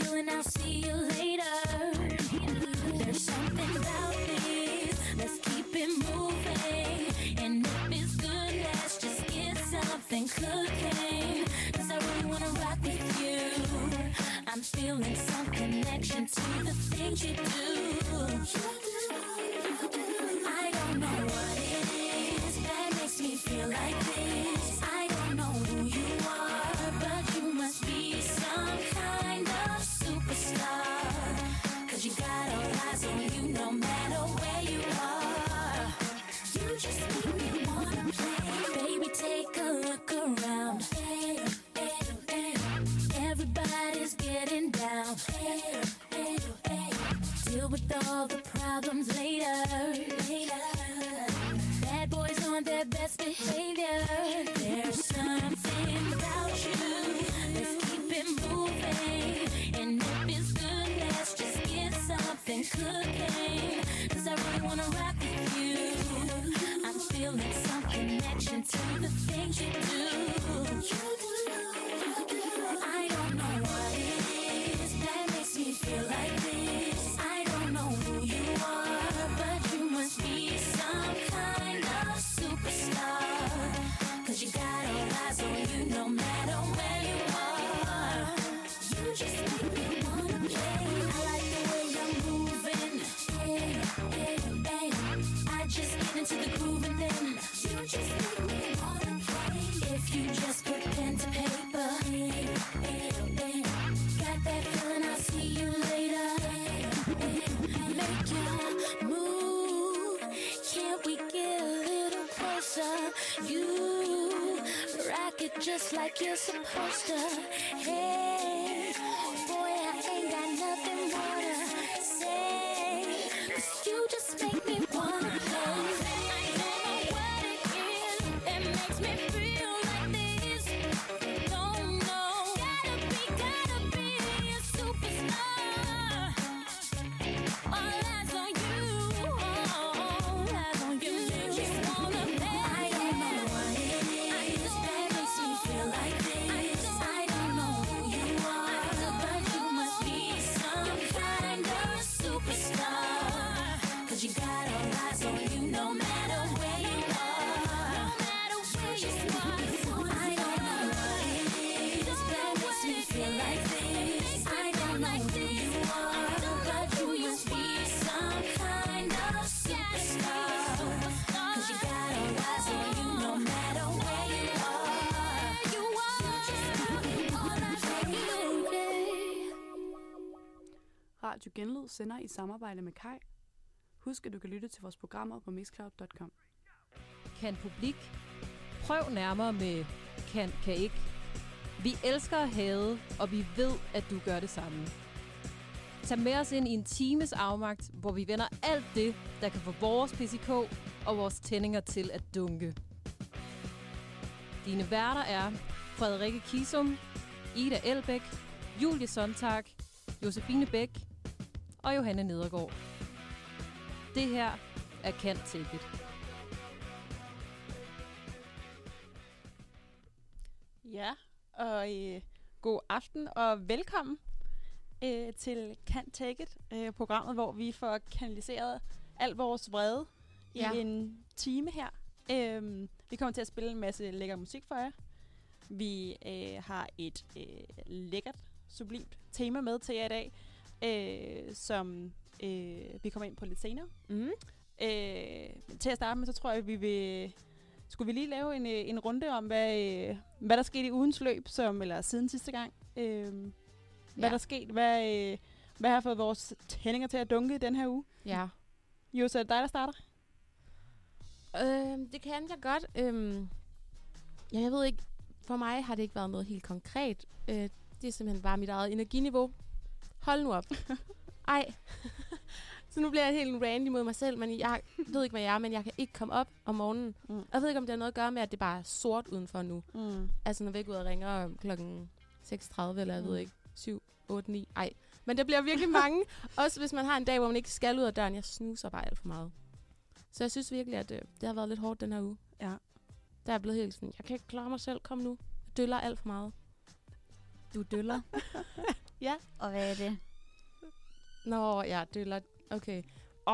feeling, I'll see you later. There's something about this, let's keep it moving. And if it's good, let's just get something cooking. Cause I really wanna rock with you. I'm feeling some connection to the things you do. I don't know what it is that makes me feel like this. I don't know who you are, but you must be some kind of superstar. Cause you got all eyes on you no matter where you are. You just make me wanna play. Baby, take a look around. Everybody's getting down. Deal with all the problems later. Bad boys on their best behavior. There's something about you, let's keep it moving. And if it's good, let's just get something cooking. Cause I really wanna rock with you. I'm feeling some connection to the things you do. I don't know what it is that makes me feel like this. I don't know who you are, but you must be some kind of superstar. Cause you got all eyes on you no matter where you are. You just make me wanna play. I like the way you're moving. I just get into the groove and then you just make me wanna play. If you just put pen to paper, got that feeling, I'll see you later. Make your move, can't we get a little closer? You rock it just like you're supposed to. Hey, boy, I ain't got nothing more to say. Cause you just make me wanna play. I don't know what it is that makes me feel like this. Don't know. Gotta be a superstar. All eyes on you. All eyes on you. Just wanna play. I don't know what it is that makes me feel like this. I don't know who you are, but you must be some kind of superstar. Cause you got all eyes on you no matter where you are. No matter where you are. I don't know what it is that makes me feel like this. I don't know who you are, but you must be some kind of superstar. Cause you got all eyes on you no matter where you are. You just make me wanna play. Radio Genlyd sender i samarbejde med Kai. Husk, at du kan lytte til vores programmer på mixcloud.com. Kan publik? Prøv nærmere med kan ikke. Vi elsker at hade, og vi ved, at du gør det samme. Tag med os ind i en times afmagt, hvor vi vender alt det, der kan få vores PCK og vores tændinger til at dunke. Dine værter er Frederikke Kisum, Ida Elbæk, Julie Sontag, Josefine Bæk og Johanne Nedergaard. Det her er Can't Take It. Ja, og god aften og velkommen til Can't Take It, programmet, hvor vi får kanaliseret al vores vrede i en time her. Vi kommer til at spille en masse lækker musik for jer. Vi har et lækkert, sublimt tema med til jer i dag, som vi kommer ind på lidt senere. Til at starte med, så tror jeg, skulle vi lige lave en runde om, hvad der skete i ugens løb, eller siden sidste gang. Hvad der skete, hvad har fået vores tændinger til at dunke den her uge? Ja. Jo, så er det dig, der starter? Det kan jeg godt. Jeg ved ikke, for mig har det ikke været noget helt konkret. Det er simpelthen bare mit eget energiniveau. Hold nu op. Ej. Så nu bliver jeg helt randy mod mig selv, men jeg ved ikke, hvad jeg er, men jeg kan ikke komme op om morgenen. Jeg ved ikke, om det har noget at gøre med, at det bare er sort udenfor nu. Altså, når vi ikke ud og ringer klokken 6.30, eller jeg ved ikke, 7, 8, 9. Ej. Men der bliver virkelig mange. Også hvis man har en dag, hvor man ikke skal ud af døren. Jeg snuser bare alt for meget. Så jeg synes virkelig, at det har været lidt hårdt den her uge. Ja. Der er blevet helt sådan, jeg kan ikke klare mig selv, kom nu. Jeg døller alt for meget. Du døller? Ja. Og hvad er det? Nå, ja, døller. Okay.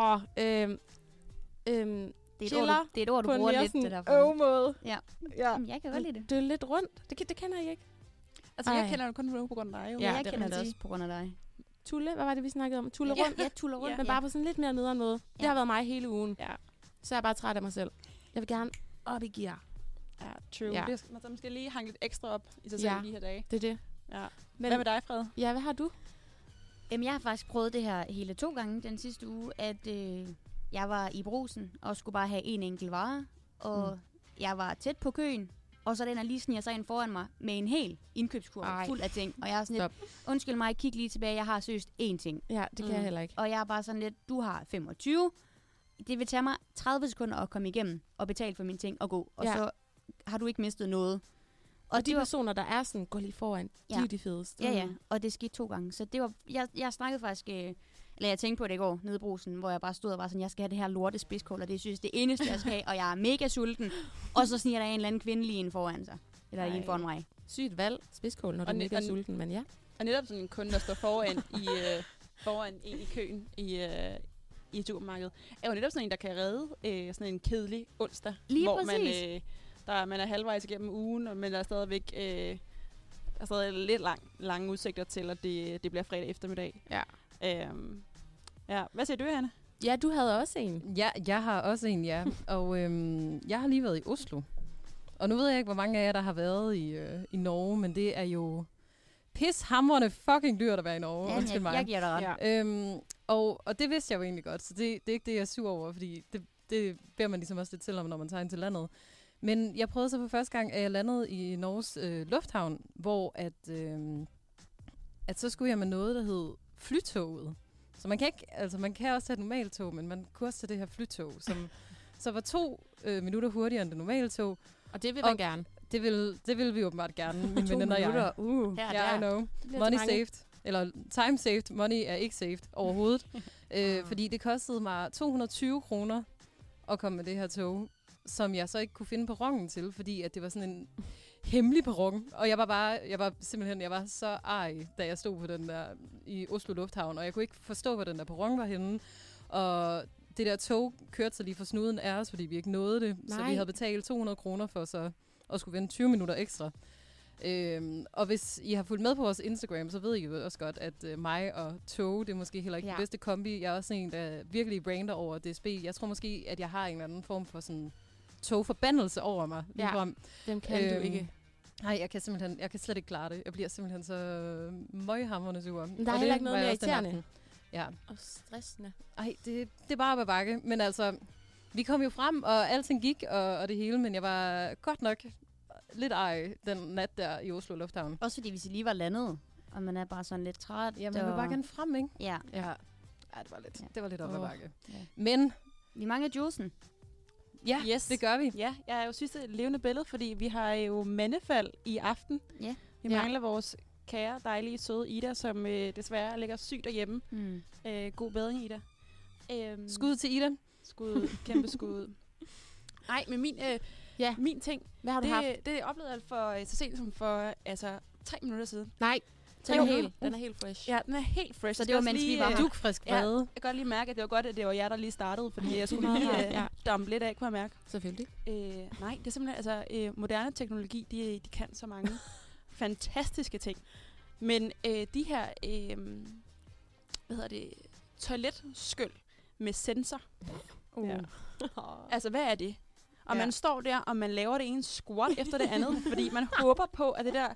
Det er Chiller et ord, du på en bruger mere lidt sådan det der. måde. Ja. Ja. Jamen, jeg kan godt lide det. Dølle lidt rundt. Det kender I ikke. Altså, jeg Ej. kender jo kun row på grund af dig. Jo. Ja, Jeg det kender kan det man også på grund af dig. Tulle, hvad var det, vi snakkede om? Tulle Ja, rundt. ja, tuller rundt. Ja. Men bare på sådan lidt mere nederen måde. Det Ja. har været mig hele ugen. Ja. Så er jeg bare træt af mig selv. Jeg vil gerne op i gear. Ja, true. Ja. Det man så måske lige hænge lidt ekstra op i sig selv Ja. de her dage. Det er det. Ja. Men, Hvad med dig, Fred? Ja, hvad har du? Jamen, jeg har faktisk prøvet det her hele 2 gange den sidste uge, at jeg var i Brugsen og skulle bare have en enkelt vare, og jeg var tæt på køen, og så den er lige sniger sig ind foran mig med en hel indkøbskurv Ej. fuld af ting. Og jeg er sådan lidt, undskyld mig, kig lige tilbage, jeg har seriøst 1 ting. Ja, det kan jeg heller ikke. Og jeg er bare sådan lidt, du har 25, det vil tage mig 30 sekunder at komme igennem og betale for mine ting og gå, og Ja. så har du ikke mistet noget. Og de det var- personer, der er sådan, går lige foran, de Ja. er jo de fedeste. Ja, og det skete 2 gange. Så det var, jeg snakkede faktisk, eller jeg tænkte på det i går, nede i Brugsen, hvor jeg bare stod og var sådan, jeg skal have det her lorte spidskål, og det synes det eneste, jeg skal have, og jeg er mega sulten. Og så sniger der en eller anden kvinde lige en foran sig. Eller en foran mig. Sygt valg, spidskål, når du Og ikke er og- sulten, men ja. Og netop sådan en kunde, der står foran foran en i køen i supermarkedet, er jo netop sådan en, der kan redde sådan en kedelig onsdag. Lige hvor præcis. man er halvvejs igennem ugen, men der er stadigvæk der er stadig lidt lange udsigter til, at det bliver fredag eftermiddag. Ja. Ja. Hvad siger du, Hanne? Ja, du havde også en. Ja, jeg har også en, ja. Og jeg har lige været i Oslo. Og nu ved jeg ikke, hvor mange af jer, der har været i Norge, men det er jo pishamrende fucking dyrt at være i Norge. Ja, Undskyld mig. jeg giver dig ret. Ja. Og det vidste jeg jo egentlig godt, så det er ikke det, jeg er sur over, fordi det beder man ligesom også lidt til om, når man tager ind til landet. Men jeg prøvede så for første gang, at jeg landede i Norges lufthavn, hvor at så skulle jeg med noget, der hed flytoget. Så man kan også tage et normalt tog, men man kunne også tage det her flytog, som så var 2 minutter hurtigere end det normale tog. Og det vil man gerne. Det vil vi åbenbart gerne, mine 2 veninder og jeg. minutter. Ja, I know. Money saved. Eller time saved. Money er ikke saved overhovedet. Fordi det kostede mig 220 kroner at komme med det her tog, som jeg så ikke kunne finde perronen til, fordi at det var sådan en hemmelig perron. Og jeg var så ej, da jeg stod på den der i Oslo Lufthavn, og jeg kunne ikke forstå, hvor den der perron var henne. Og det der tog kørte så lige for snuden af os, fordi vi ikke nåede det. Nej. Så vi havde betalt 200 kroner for så at skulle vente 20 minutter ekstra. Og hvis I har fulgt med på vores Instagram, så ved I jo også godt, at mig og tog, det er måske heller ikke den bedste kombi. Jeg er også en, der virkelig brander over DSB. Jeg tror måske, at jeg har en eller anden form for sådan togforbandelse over mig. Ja, dem kan du ikke. Nej, jeg kan slet ikke klare det. Jeg bliver simpelthen så møghamrende sur. Men der er heller ikke noget mere irriterende. Ja. Og stressende. Ej, det er bare op ad bakke. Men altså, vi kom jo frem, og alting gik, og det hele, men jeg var godt nok lidt ej den nat der i Oslo Lufthavn. Også fordi hvis I lige var landet, og man er bare sådan lidt træt. Ja, man vil bare gerne frem, ikke? Ja. Ja, det var lidt op ad bakke. Ja. Men vi mangler juicen. ja, Yes. det gør vi. Ja, jeg er jo sidste levende billede, fordi vi har jo mandefald i aften. Ja. Vi mangler vores kære, dejlige, søde Ida, som desværre ligger syg derhjemme. God bedring, Ida. Skud til Ida. Skud, kæmpe skud. Nej, men min ting, hvad har du haft? Det oplevede jeg for så sent som for 3 minutter siden. Nej, den er helt fresh. Ja, den er helt fresh. Så det var mens vi var her. Dugfrisk vrede. Jeg kan godt lige mærke, at det var godt, at det var jer, der lige startede, fordi jeg skulle lige dampe lidt af, kunne jeg mærke. Selvfølgelig. Nej, det er simpelthen, moderne teknologi, de kan så mange fantastiske ting. Men de her, toiletskyl med sensor. Ja. Altså, hvad er det? Og man står der, og man laver det ene squat efter det andet, fordi man håber på, at det der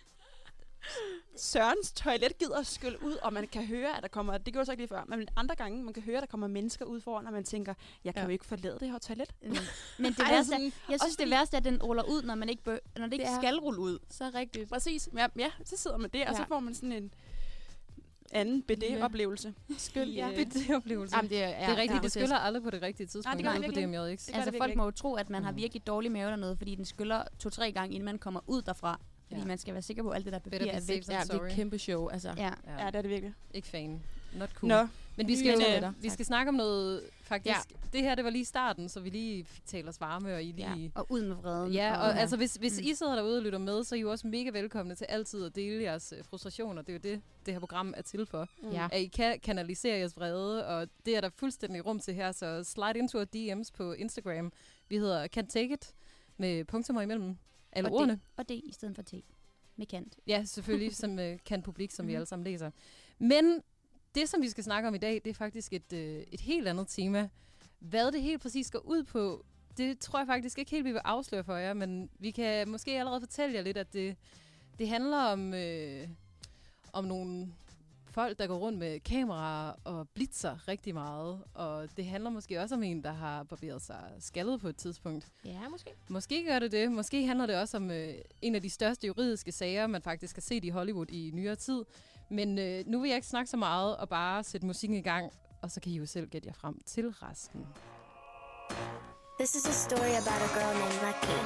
Sørens toilet gider at skylle ud, og man kan høre, at der kommer, det gjorde jeg så ikke lige før, men andre gange, man kan høre, at der kommer mennesker ud foran, og man tænker, jeg kan jo ikke forlade det her toilet. Men det værste, jeg synes, det værste er, at den ruller ud, når man ikke, når det ikke skal rulle ud. Så rigtigt. Præcis. Ja, så sidder man der, og så får man sådan en anden BD-oplevelse. Skyld, BD-oplevelse. Jamen, det er rigtigt, det skyller aldrig på det rigtige tidspunkt. Nej, det gør på DMJX. Altså, folk må jo tro, at man har virkelig dårlig mave eller noget, fordi den skyller 2-3 gange, inden man kommer ud derfra. Fordi man skal være sikker på, at alt det der papir er væk. Ja, det er et kæmpe show. Altså. Ja, det er det virkelig. Ikke fan. Not cool. Nå, Men vi skal snakke om noget, faktisk. Ja. Det her, det var lige starten, så vi lige fik talt os varme, og I lige... Ja. Og ud med vreden. Ja, og altså, hvis I sidder derude og lytter med, så er I jo også mega velkomne til altid at dele jeres frustrationer. Det er jo det her program er til for. Ja. At I kan kanalisere jeres vrede, og det er der fuldstændig rum til her, så slide into our DM's på Instagram. Vi hedder Can't Take It, med punktummer imellem alle ordene. Og det i stedet for T. Med kant. Ja, selvfølgelig, som kan publik, som vi alle sammen læser. Men det, som vi skal snakke om i dag, det er faktisk et helt andet tema. Hvad det helt præcis går ud på, det tror jeg faktisk ikke helt, vi vil afsløre for jer, men vi kan måske allerede fortælle jer lidt, at det handler om nogle folk, der går rundt med kameraer og blitzer rigtig meget. Og det handler måske også om en, der har barberet sig skaldet på et tidspunkt. Ja, måske. Måske gør det. Måske handler det også om en af de største juridiske sager, man faktisk har set i Hollywood i nyere tid. Men nu vil jeg ikke snakke så meget og bare sætte musikken i gang, og så kan I jo selv gætte jer frem til resten. This is a story about a girl named Lucky.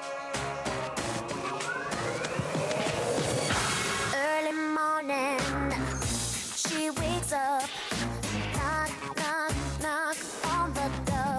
Early morning, she wakes up, knock, knock, knock on the door.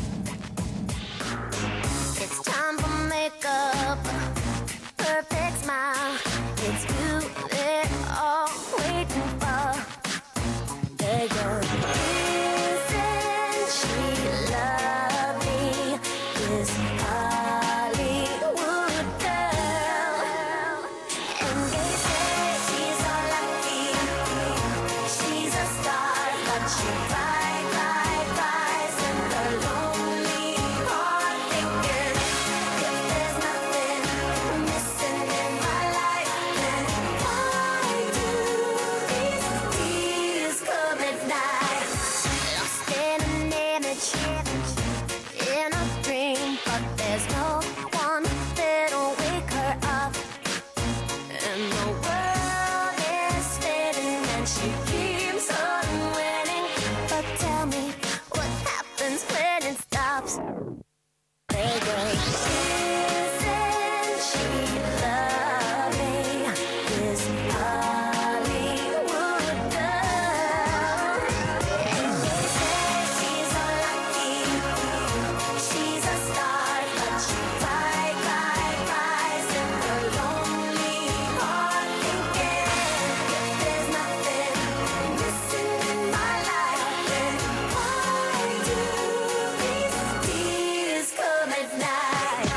It's time for makeup, perfect smile. It's you they're all waiting for. They go, isn't she lovely? This Hollywood girl. And they say she's so lucky. She's a star, but she cries in the lonely heart thinking, if there's nothing missing in my life, then why do these tears come at night? Lost in an image, in a dream, but there's no one that'll wake her up. And the world is spinning and she keeps on winning. But tell me, what happens when it stops? They go, isn't she lovely? This Hollywood girl. And they say she's so lucky. She's a star, but she cries in her lonely heart thinking, if there's nothing missing in my life, then why do these tears come at night?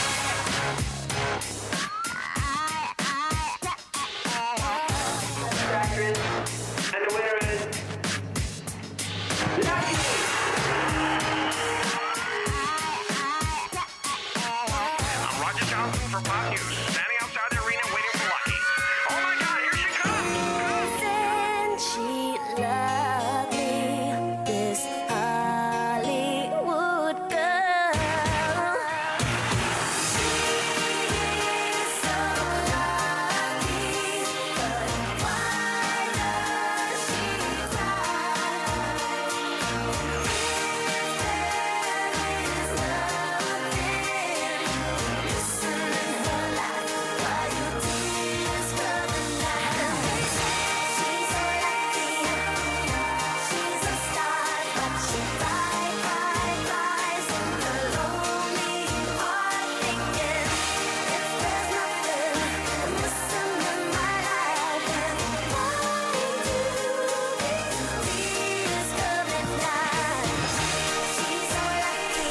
Actress, and the winner is Lucky. I'm Roger Johnson for Pop News, standing outside the arena waiting for Lucky. Oh my God, here she comes! Isn't she lovely? This Hollywood girl. She's so lucky, but why does she cry? There is nothing missing in her life. Why do tears come at night? She's so lucky. She's a star, but she cries in her lonely heart thinking, if there's nothing missing in my life, then why do these tears come at night? She's so lucky,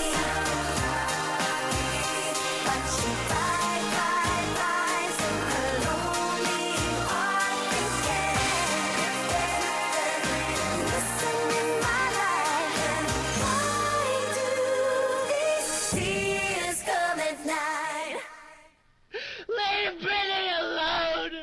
but she cries in her lonely heart thinking, if there's nothing missing in my life, then why do these tears come at night? Leave Britney alone!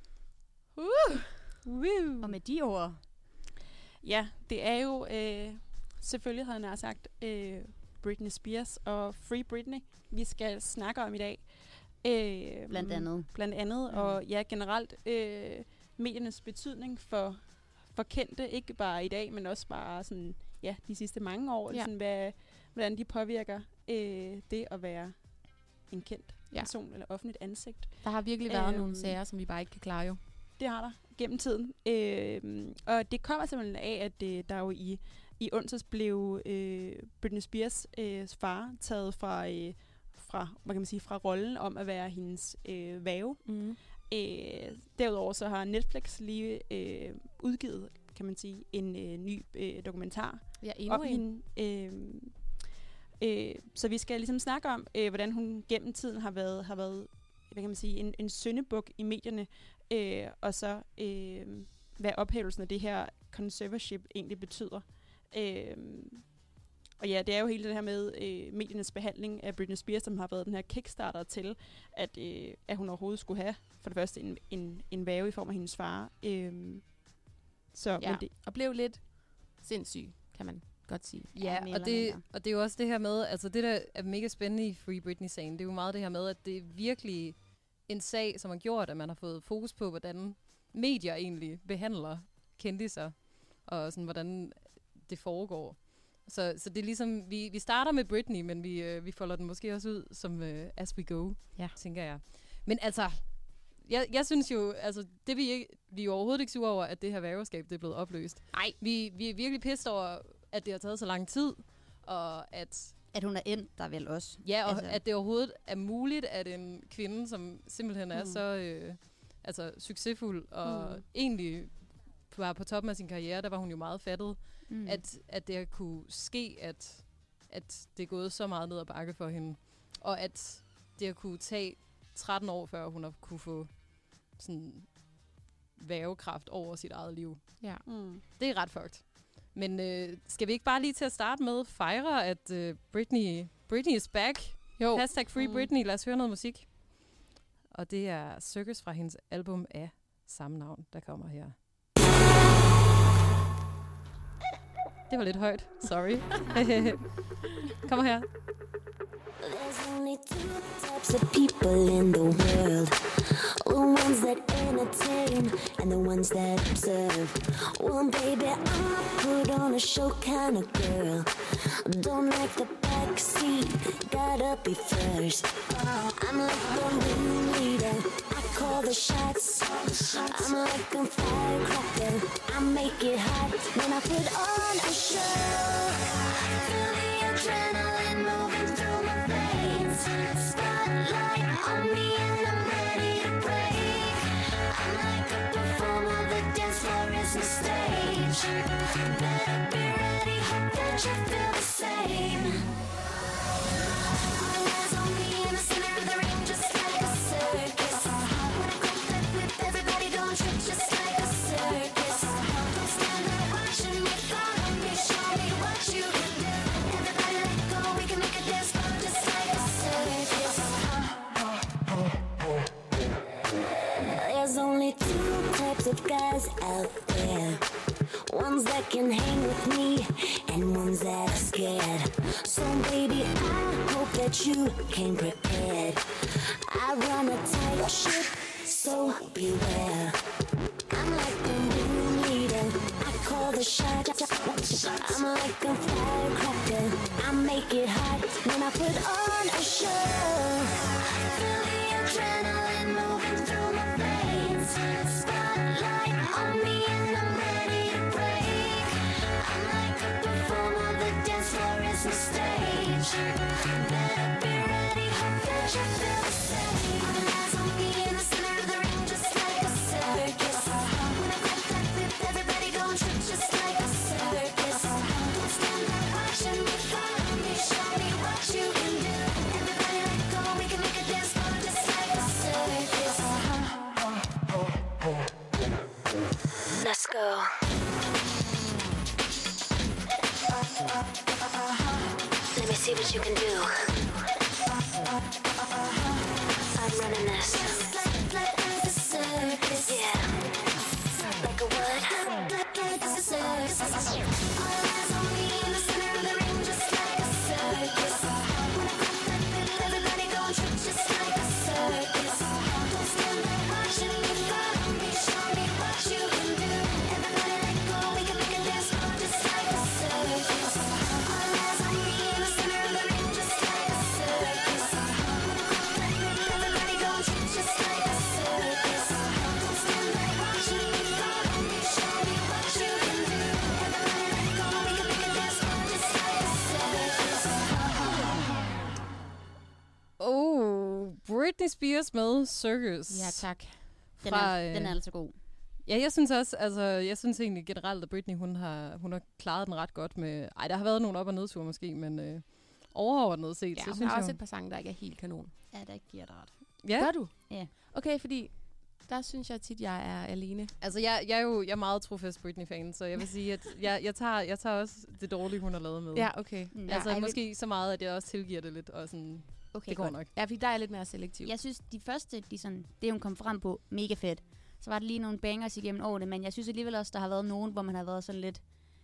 Og med de ord. Ja, det er jo selvfølgelig, havde jeg sagt, Britney Spears og Free Britney, vi skal snakke om i dag. Blandt andet. Blandt andet, og ja, generelt mediernes betydning for kendte, ikke bare i dag, men også bare sådan, ja, de sidste mange år, Ja. sådan, hvordan de påvirker det at være en kendt person eller offentligt ansigt. Der har virkelig været nogle sager, som vi bare ikke kan klare jo. Det har der. gennem tiden. Og det kommer simpelthen af, at der jo i onsdags blev Britney Spears far taget fra, hvad kan man sige, fra rollen om at være hendes værge. Mm. Derudover så har Netflix lige udgivet, kan man sige, en ny dokumentar Ja, om endnu en. hende. Så vi skal ligesom snakke om, hvordan hun gennem tiden har været hvad kan man sige, en syndebuk i medierne, og så hvad ophævelsen af det her conservatorship egentlig betyder. Og ja, det er jo hele det her med mediernes behandling af Britney Spears, som har været den her kickstarter til, at hun overhovedet skulle have for det første en værge i form af hendes far. Så, Ja, men det, og blev lidt sindssyg, kan man godt sige. Ja, mere og eller det, mindre. og det er jo også det her med, altså det der er mega spændende i Free Britney-sagen, det er jo meget det her med, at det er virkelig en sag, som har gjort, at man har fået fokus på, hvordan medier egentlig behandler kendisser, og sådan, hvordan det foregår. Så det er ligesom, vi starter med Britney, men vi folder den måske også ud som as we go, tænker jeg. Men altså, jeg synes jo, altså, det vi er jo overhovedet ikke sure over, at det her værgeskab, det er blevet opløst. Nej. Vi er virkelig pissed over, at det har taget så lang tid, og At hun er endt der vel også. ja, og Altså- at det overhovedet er muligt, at en kvinde, som simpelthen er så succesfuld, og egentlig var på toppen af sin karriere, der var hun jo meget fattet, at det kunne ske, at det er gået så meget ned ad bakke for hende, og at det har kunne tage 13 år, før hun har kunne få sådan vævekraft over sit eget liv. Ja. Det er ret fucked. Men skal vi ikke bare lige til at starte med fejre, at Britney is back? Jo. Hashtag Free Britney. Lad os høre noget musik. Og det er Circus fra hendes album af samme navn, der kommer her. Det var lidt højt. Sorry. Kommer her. There's only two types of people in the world. The ones that entertain and the ones that observe. Well, baby, I'm a put on a show kind of girl. Don't like the backseat, gotta be first. I'm like the room leader, I call the shots. I'm like a firecracker, I make it hot. Then I put on a show. Feel the adrenaline moving through my veins. Spotlight on me and I'm ready to break. I'm like a performer, the dance floor is the stage. Better be ready, hope that you feel the same. All eyes on me in the center of the ring, just like a circus. When I crack that whip, everybody don't trip, just like a circus. Don't stand there watching me, follow me, show me what you can do. Everybody let go, we can make a dance floor just like a circus. There's only two types of guys out there. Ones that can hang with me and ones that are scared. So baby, I hope that you came prepared. I run a tight ship, so beware. I'm like the room leader, I call the shots. I'm like a firecracker, I make it hot. Then I put on a show. Feel the adrenaline moving through my veins. Spotlight on me and I'm ready to break. I'm like a performer, the dance floor is the stage. Better be ready, hope that you feel the same. All eyes on me in the center of the ring, just like a circus. When I crack that whip, everybody gon' trip, just like a circus. Don't stand there watching me, follow me, show me what you can do. Everybody let go, we can make a dance floor just like a circus. Let's go. Let me see what you can do. I'm running this. Like a circus. Yeah. Like a what? Like a circus. All eyes on me in the center of the ring, just like a circus. When I crack that whip, everybody gon' trip, just like a circus. Don't stand there watching me, follow me, show me what you can do. Everybody let go, we can make a dance floor just like a circus. All eyes on me in the center of the ring, just like a circus. When I crack that whip, everybody gon' trip, just like a circus. Don't stand there Britney Spears med Circus. Ja, tak. Den Fra, er altså god. Ja, jeg synes også, altså, jeg synes egentlig generelt, at Britney, hun har klaret den ret godt med, der har været nogle op- og nedture måske, men overordnet set, Ja, så hun synes har jeg... også et par sange, der ikke er helt kanon. Ja, der giver dig ret. Ja, Gør du? Ja. Okay, fordi der synes jeg tit, jeg er alene. altså jeg er meget trofast Britney-fan, så jeg vil sige, at jeg tager også det dårlige, hun har lavet med. Ja, okay. Mm. Altså Ej, måske så meget, at jeg også tilgiver det lidt, og sådan, Okay, det går godt. nok. Ja, fordi der er lidt mere selektiv. Jeg synes, de første, det hun kom frem på, mega fedt. Så var der lige nogle bangers igennem årene, men jeg synes alligevel også, der har været nogen, hvor man har været sådan lidt,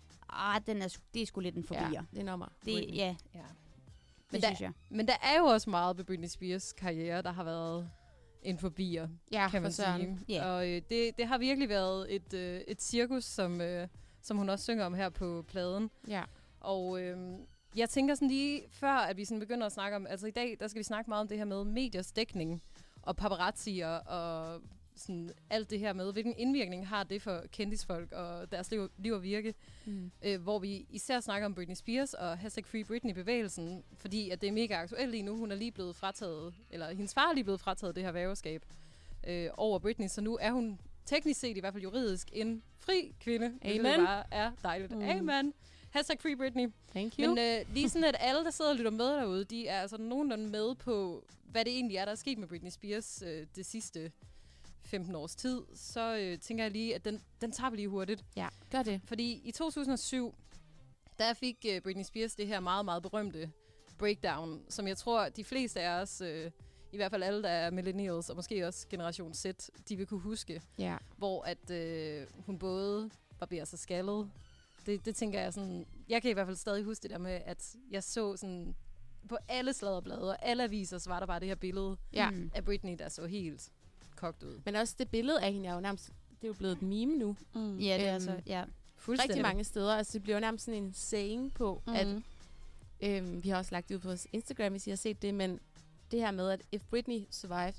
det er sgu lidt en forbier. Ja, det er nummer. Det, ja, Ja. det der- synes jeg. Men der er jo også meget ved Britney Spears karriere, der har været en forbier, Ja, kan man for søren. sige. Ja. Og det har virkelig været et cirkus, som hun også synger om her på pladen. Ja. Og jeg tænker sådan lige før, at vi sådan begynder at snakke om, altså i dag, der skal vi snakke meget om det her med mediers dækning og paparazzier og sådan alt det her med, hvilken indvirkning har det for kendisfolk og deres liv og virke. Hvor vi især snakker om Britney Spears og #Free Britney-bevægelsen, fordi at det er mega aktuelt lige nu. Hun er lige blevet frataget, eller hendes far er lige blevet frataget det her værgeskab over Britney, så nu er hun teknisk set, i hvert fald juridisk, en fri kvinde. Hvilket Amen. bare er dejligt. Amen. #Free Britney. Thank you. Men lige sådan, at alle, der sidder og lytter med derude, de er altså nogenlunde med på, hvad det egentlig er, der er sket med Britney Spears det sidste 15 års tid, så tænker jeg lige, at den tager vi lige hurtigt. Ja, gør det. Fordi i 2007, der fik Britney Spears det her meget, meget berømte breakdown, som jeg tror, de fleste af os, i hvert fald alle, der er millennials, og måske også generation Z, de vil kunne huske, Ja. hvor at hun både barberer sig skaldet. Det tænker jeg sådan, jeg kan i hvert fald stadig huske det der med, at jeg så sådan, på alle sladderblade og alle aviser, så var der bare det her billede Ja. af Britney, der så helt kogt ud. Men også det billede af hende er jo nærmest, det er jo blevet et meme nu. Ja, det er altså, ja. Rigtig mange steder. Altså det bliver jo nærmest sådan en saying på, at vi har også lagt det ud på vores Instagram, hvis I har set det, men det her med, at if Britney survived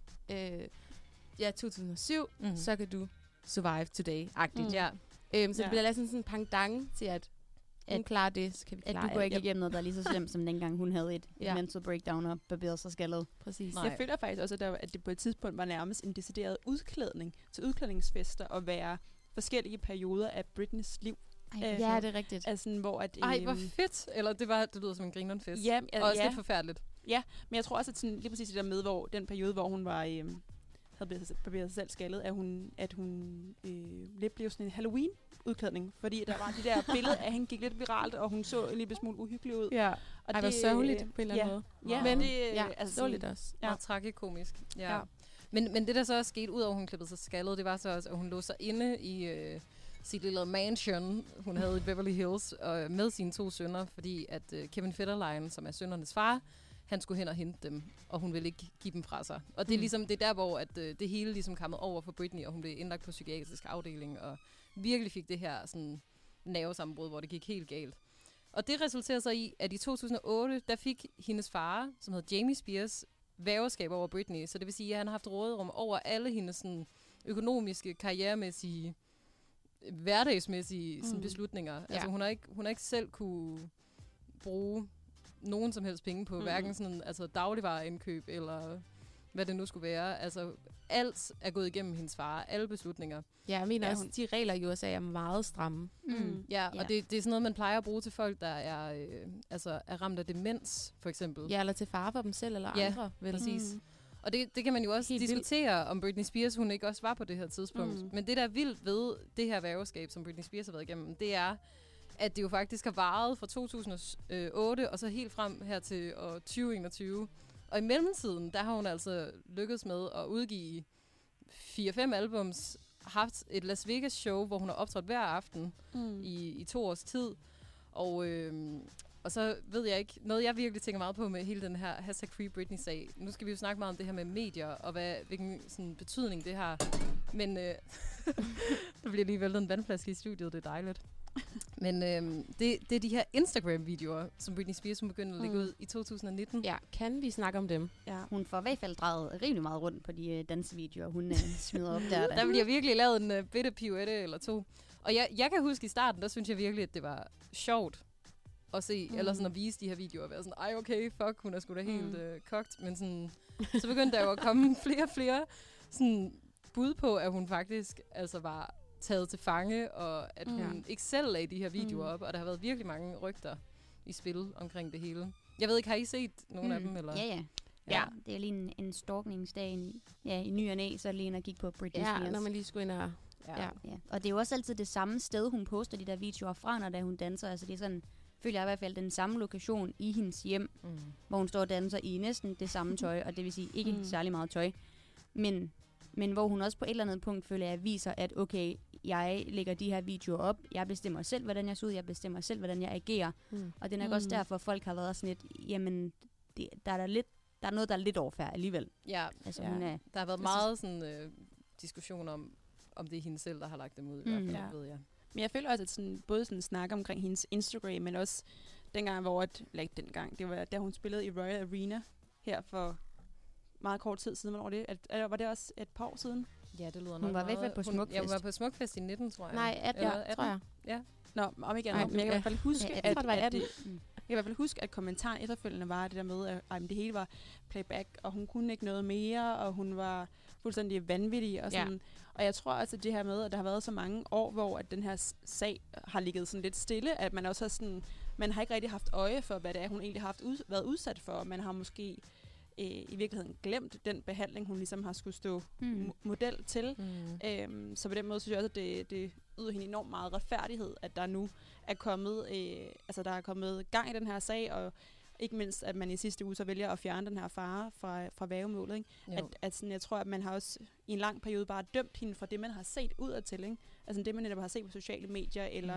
2007, så kan du survive today-agtigt. Ja. Så det bliver lidt sådan en pendant til, at hun klarer det, så kan vi At klare du går ikke alt. igennem noget, der er lige så slemt, som dengang hun havde et Ja. mental breakdown og barberede sig skaldet. Præcis. Nej. Jeg føler faktisk også, at det på et tidspunkt var nærmest en decideret udklædning til udklædningsfester og være forskellige perioder af Britneys liv. Ej, Ja, det er rigtigt. Altså, hvor at, Ej, hvor fedt. Eller det lyder som en grinernfest. Ja, Og også lidt forfærdeligt. men jeg tror også, at sådan, lige præcis det der med, hvor den periode, hvor hun var havde barberet sig selv skaldet, at hun lidt blev sådan en Halloween-udklædning. Fordi der var det der billede af, at hende gik lidt viralt, og hun så en lille smule uhyggelig ud. Ja. Og Ej, hvor sørgeligt på en eller anden måde. Ja, Men det, ja, altså dårligt sådan- også. Ja. Meget tragikomisk. Ja. Ja. Men det, der så også skete, ud over at hun klippede sig skaldet, det var så også, at hun lå sig inde i sit lille mansion, hun havde i Beverly Hills, med sine 2 sønner, fordi at Kevin Federline, som er sønnernes far, han skulle hen og hente dem, og hun ville ikke give dem fra sig. Og det er ligesom, det er der, hvor at, det hele ligesom kammede over for Britney, og hun blev indlagt på psykiatrisk afdeling, og virkelig fik det her sådan nervesammenbrud, hvor det gik helt galt. Og det resulterede så i, at i 2008, der fik hendes far, som hed Jamie Spears, værgeskab over Britney. Så det vil sige, at han har haft råderum over alle hendes sådan, økonomiske, karrieremæssige, hverdagsmæssige sådan, beslutninger. Ja. Altså hun har ikke selv kunne bruge nogen som helst penge på hverken sådan, altså, dagligvareindkøb eller hvad det nu skulle være. Altså alt er gået igennem hendes far. Alle beslutninger. Ja, jeg mener også, de regler i USA er meget stramme. Ja, og det er sådan noget, man plejer at bruge til folk, der er, er ramt af demens, for eksempel. Ja, eller til fare for dem selv eller andre. Vel? Præcis. Og det kan man jo også Helt diskutere, om Britney Spears, hun ikke også var på det her tidspunkt. Men det, der er vildt ved det her værgeskab, som Britney Spears har været igennem, det er, at det jo faktisk har varet fra 2008 og så helt frem her til år 2021. Og i mellemtiden, der har hun altså lykkedes med at udgive 4-5 albums, haft et Las Vegas show, hvor hun har optrådt hver aften i 2 års tid. Og så ved jeg ikke, noget jeg virkelig tænker meget på med hele den her #Free Britney-sag. Nu skal vi jo snakke meget om det her med medier, og hvilken sådan, betydning det har. Men der bliver lige væltet en vandflaske i studiet, det er dejligt. Men det er de her Instagram-videoer, som Britney Spears hun begyndte at lægge ud i 2019. Ja, kan vi snakke om dem? Ja. Hun får i hvert fald drejet rimelig meget rundt på de dansevideoer, hun smider op der. Der bliver virkelig lavet en bitte pirouette eller 2. Og jeg kan huske i starten, der synes jeg virkelig, at det var sjovt. at se, eller sådan at vise de her videoer, og være sådan, ej okay, fuck, hun er sgu da helt kogt, men sådan, så begyndte der jo at komme flere og flere sådan bud på, at hun faktisk altså var taget til fange, og at hun ikke selv lagde de her videoer op, og der har været virkelig mange rygter i spil omkring det hele. Jeg ved ikke, har I set nogle af dem? Eller? Ja, det er lige en stalkningsdag i ny og næ, så er det lige at kigge på Britney Spears. Ja, når man lige skulle ind og... Ja. Og det er jo også altid det samme sted, hun poster de der videoer fra, når hun danser. Altså det er sådan, føler jeg i hvert fald, den samme lokation i hendes hjem, hvor hun står og danser i næsten det samme tøj, og det vil sige ikke særlig meget tøj. Men hvor hun også på et eller andet punkt, føler jeg, viser, at okay, jeg lægger de her videoer op, jeg bestemmer selv, hvordan jeg ser ud, jeg bestemmer selv, hvordan jeg agerer. Og det er nok også derfor, folk har været sådan lidt, jamen, der er noget, der er lidt overfærd alligevel. Ja, altså, der har været meget sådan diskussion om det er hende selv, der har lagt dem ud, i hvert fald, ved jeg. Men jeg føler også, at sådan, både sådan snak omkring hendes Instagram, men også dengang, det var da hun spillede i Royal Arena her for meget kort tid siden. Hvornår var det også et par år siden? Ja, det lyder nok. Hun var i hvert fald på Smukfest. Ja, hun var på Smukfest i 19, tror jeg. Nej, 18, tror jeg. Ja. Nå, om ikke andet. Men jeg kan i hvert fald huske, at kommentaren efterfølgende var det der med, at det hele var playback, og hun kunne ikke noget mere, og hun var fuldstændig vanvittig. Og, sådan. Og jeg tror også, at det her med, at der har været så mange år, hvor at den her sag har ligget sådan lidt stille, at man også har sådan, man har ikke rigtig haft øje for, hvad det er, hun egentlig har været udsat for. Man har måske i virkeligheden glemt den behandling, hun ligesom har skulle stå model til. Så på den måde synes jeg også, at det yder hende enormt meget retfærdighed, at der nu er kommet, der er kommet gang i den her sag, og ikke mindst, at man i sidste uge så vælger at fjerne den her fare fra værgemålet. Ikke? At sådan, jeg tror, at man har også i en lang periode bare dømt hende fra det, man har set udadtil. Ikke? Altså det, man netop har set på sociale medier, eller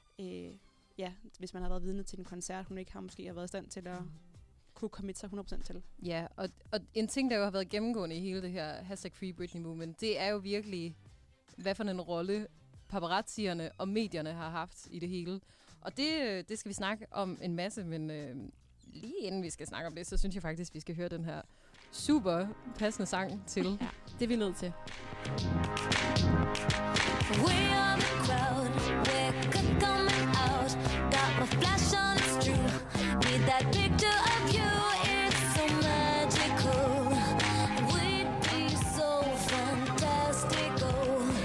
hvis man har været vidne til en koncert, hun ikke har måske været i stand til at kunne committe sig 100% til. Ja, og en ting, der jo har været gennemgående i hele det her #Free Britney movement, det er jo virkelig, hvad for en rolle paparazzierne og medierne har haft i det hele. Og det skal vi snakke om en masse, men lige inden vi skal snakke om det, så synes jeg faktisk, vi skal høre den her super passende sang til. Ja, det er vi nødt til. We are the crowd, we're coming out. Got my flash on, it's true. Need that picture of you, it's so magical. We'd be so fantastical.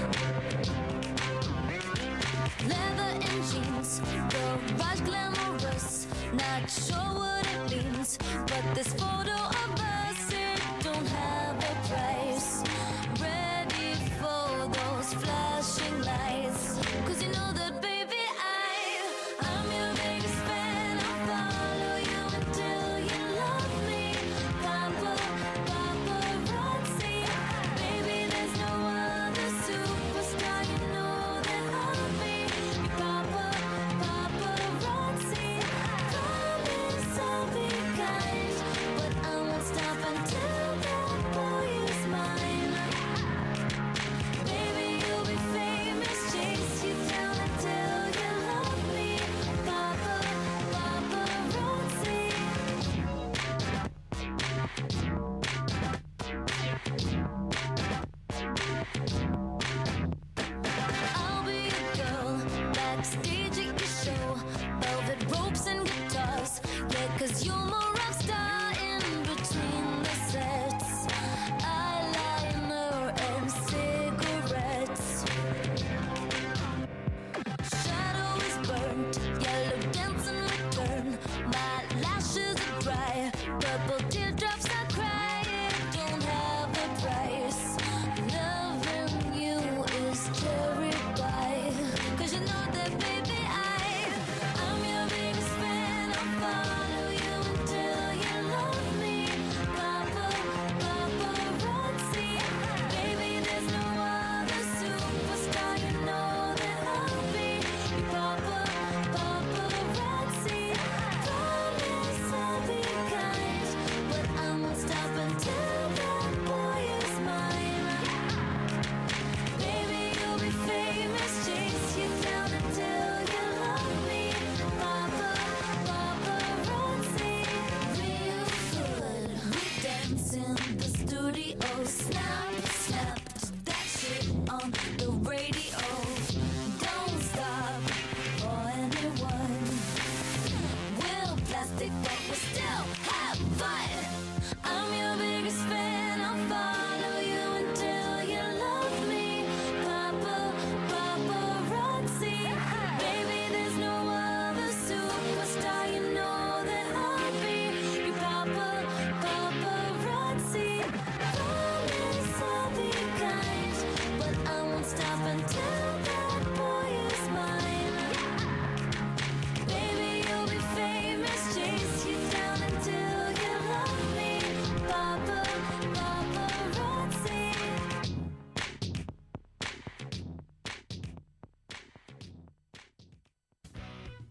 Leather and jeans, the rush glamorous. Not sure what it means, but this photo of us, it don't have a price. Ready for those flashing lights.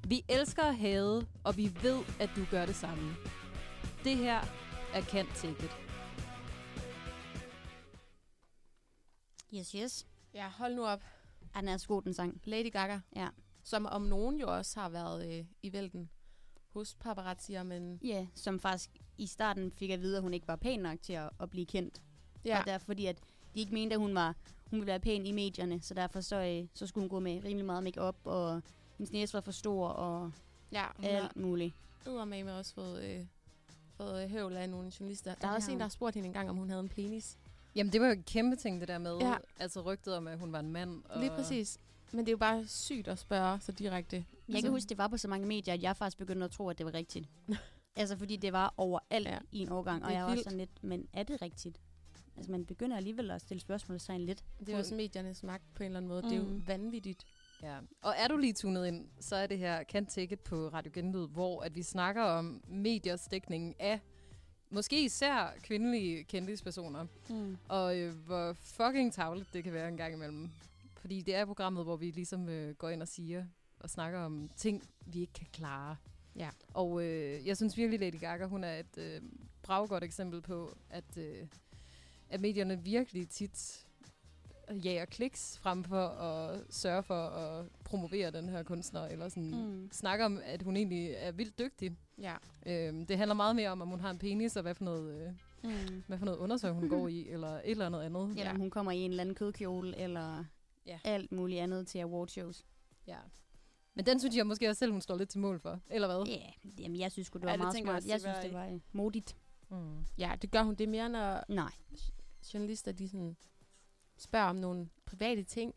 Vi elsker at hade, og vi ved, at du gør det samme. Det her er Can't Take It. Yes. Ja, hold nu op. Ja, den er så god, den sang. Lady Gaga. Ja. Som om nogen jo også har været i vælten hos paparazzier, men... Ja, som faktisk i starten fik at vide, at hun ikke var pæn nok til at blive kendt. Ja. Og derfor, fordi at de ikke mente, at hun ville være pæn i medierne, så derfor så skulle hun gå med rimelig meget make-up, og hendes næse var for stor, og Ja, hun alt muligt. har med også fået høvl af nogle journalister. Der er Ja, også hun. en, der har spurgt hende engang, om hun havde en penis. Jamen, det var jo en kæmpe ting, det der med. Ja. Altså rygtet om, at hun var en mand. Og Lige præcis. Men det er jo bare sygt at spørge så direkte. Jeg kan huske, det var på så mange medier, at jeg faktisk begyndte at tro, at det var rigtigt. Altså, fordi det var overalt i en årgang, og Det er jeg var vildt. sådan lidt, men er det rigtigt? Altså, man begynder alligevel at stille spørgsmålstegn lidt. Det er jo også mediernes magt på en eller anden måde. Det er jo vanvittigt. Ja. Og er du lige tunet ind, så er det her Can't Take It på Radio Genlyd, hvor at vi snakker om mediers dækning af måske især kvindelige kendispersoner. Og hvor fucking tavligt det kan være en gang imellem. Fordi det er programmet, hvor vi ligesom går ind og siger og snakker om ting, vi ikke kan klare. Ja. Og jeg synes virkelig, Lady Gaga, hun er et braggodt eksempel på, at medierne virkelig tit jager kliks frem for at sørge for at promovere den her kunstner, eller sådan snakke om, at hun egentlig er vildt dygtig. Ja. Det handler meget mere om hun har en penis, og hvad for noget undersøg hun går i, eller et eller andet. Eller om hun kommer i en eller anden kødkjole, eller alt muligt andet til awardshows. Ja. Men den synes jeg måske også selv, hun står lidt til mål for. Eller hvad? Ja, jamen jeg synes det var det meget tænker jeg smart. også, Jeg det synes, var det var modigt. Ja, det gør hun. Det er mere, når Nej. journalister de sådan spørger om nogle private ting.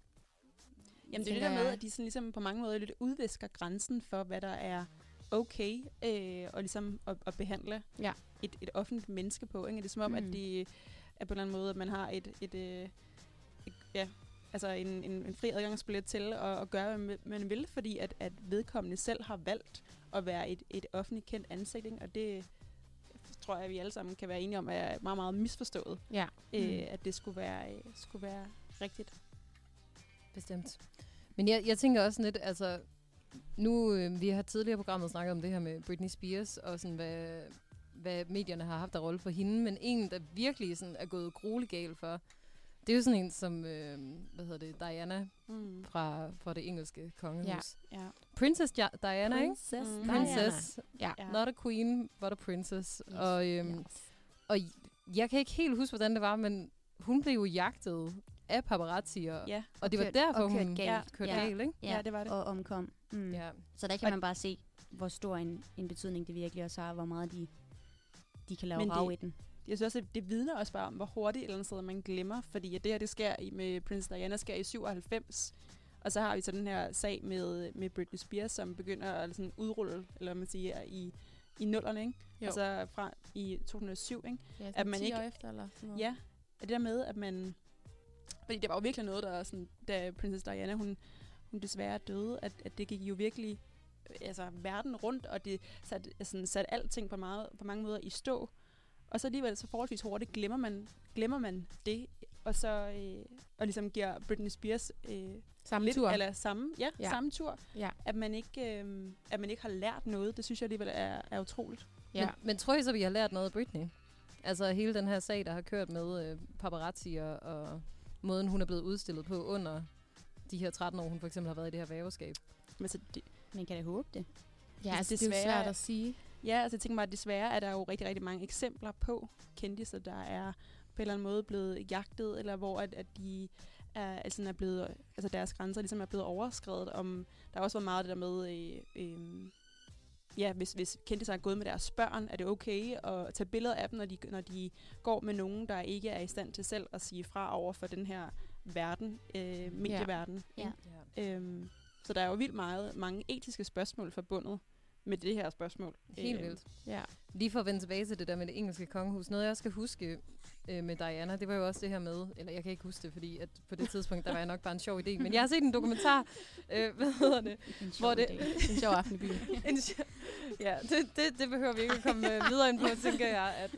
Jamen det er det der med, at de sådan ligesom på mange måder lidt udvisker grænsen for, hvad der er okay, og ligesom at behandle et offentligt menneske på. Ikke? Det er som om, at det er på en eller anden måde, at man har en fri adgangsbillet til at gøre, hvad man vil, fordi at vedkommende selv har valgt at være et offentligt kendt ansigt. Ikke? Og det tror jeg, at vi alle sammen kan være enige om, er meget, meget misforstået. Ja. At det skulle være rigtigt. Bestemt. Men jeg tænker også lidt, altså, nu vi har tidligere i programmet snakket om det her med Britney Spears, og sådan, hvad medierne har haft af rolle for hende, men en, der virkelig sådan er gået grueligt galt for, det er jo sådan en som, Diana fra det engelske kongehus. Ja. Princess Diana, ikke? Princess. Ja. Not a queen, but a princess. Yes. Og jeg kan ikke helt huske, hvordan det var, men hun blev jo jagtet af paparazzier, og det var derfor, hun kørte galt, ikke? Ja, det var det. Og omkom. Ja. Så der kan man bare se, hvor stor en betydning det virkelig også har, hvor meget de kan lave rav i den. Jeg synes også, at det vidner også bare om, hvor hurtigt et eller andet sted man glemmer, fordi at det her, det sker med Princess Diana, sker i 97, og så har vi så den her sag med Britney Spears, som begynder at sådan udrulle, eller hvad man siger, i nullerne, ikke? Jo. Altså fra i 2007, ikke? Ja, at man 10 ikke, år efter, eller sådan noget. Ja, at det der med, at man... Fordi det var jo virkelig noget, der sådan, da Princess Diana, hun desværre døde, at det gik jo virkelig verden rundt, og det satte alting på mange måder i stå. Og så alligevel så forholdsvis hurtigt glemmer man det, og så og ligesom giver Britney Spears samme tur. Eller samme tur. Ja. At man ikke har lært noget, det synes jeg alligevel er utroligt. Ja. Men tror I så, vi har lært noget af Britney? Altså hele den her sag, der har kørt med paparazzier og måden, hun er blevet udstillet på under de her 13 år, hun for eksempel har været i det her væverskab. Men kan da håbe det? Ja, altså det er jo svært at sige. Ja, altså jeg tænker mig, at desværre er der jo rigtig, rigtig mange eksempler på kendisser, der er på en eller anden måde blevet jagtet, eller hvor at de er blevet, altså deres grænser ligesom er blevet overskredet. Der har også været meget det der med, hvis kendisser er gået med deres børn, er det okay at tage billeder af dem, når de går med nogen, der ikke er i stand til selv at sige fra over for den her verden, medieverden. Ja. Så der er jo vildt mange etiske spørgsmål forbundet med det her spørgsmål. Helt vildt. Ja. Lige for at vende tilbage til det der med det engelske kongehus. Noget jeg også skal huske med Diana, det var jo også det her med, eller jeg kan ikke huske det, fordi at på det tidspunkt, der var jeg nok bare en sjov idé, men jeg har set en dokumentar, hvad hedder det? Hvor det en sjov aften i byen. Ja, det behøver vi ikke at komme videre ind på, tænker jeg, at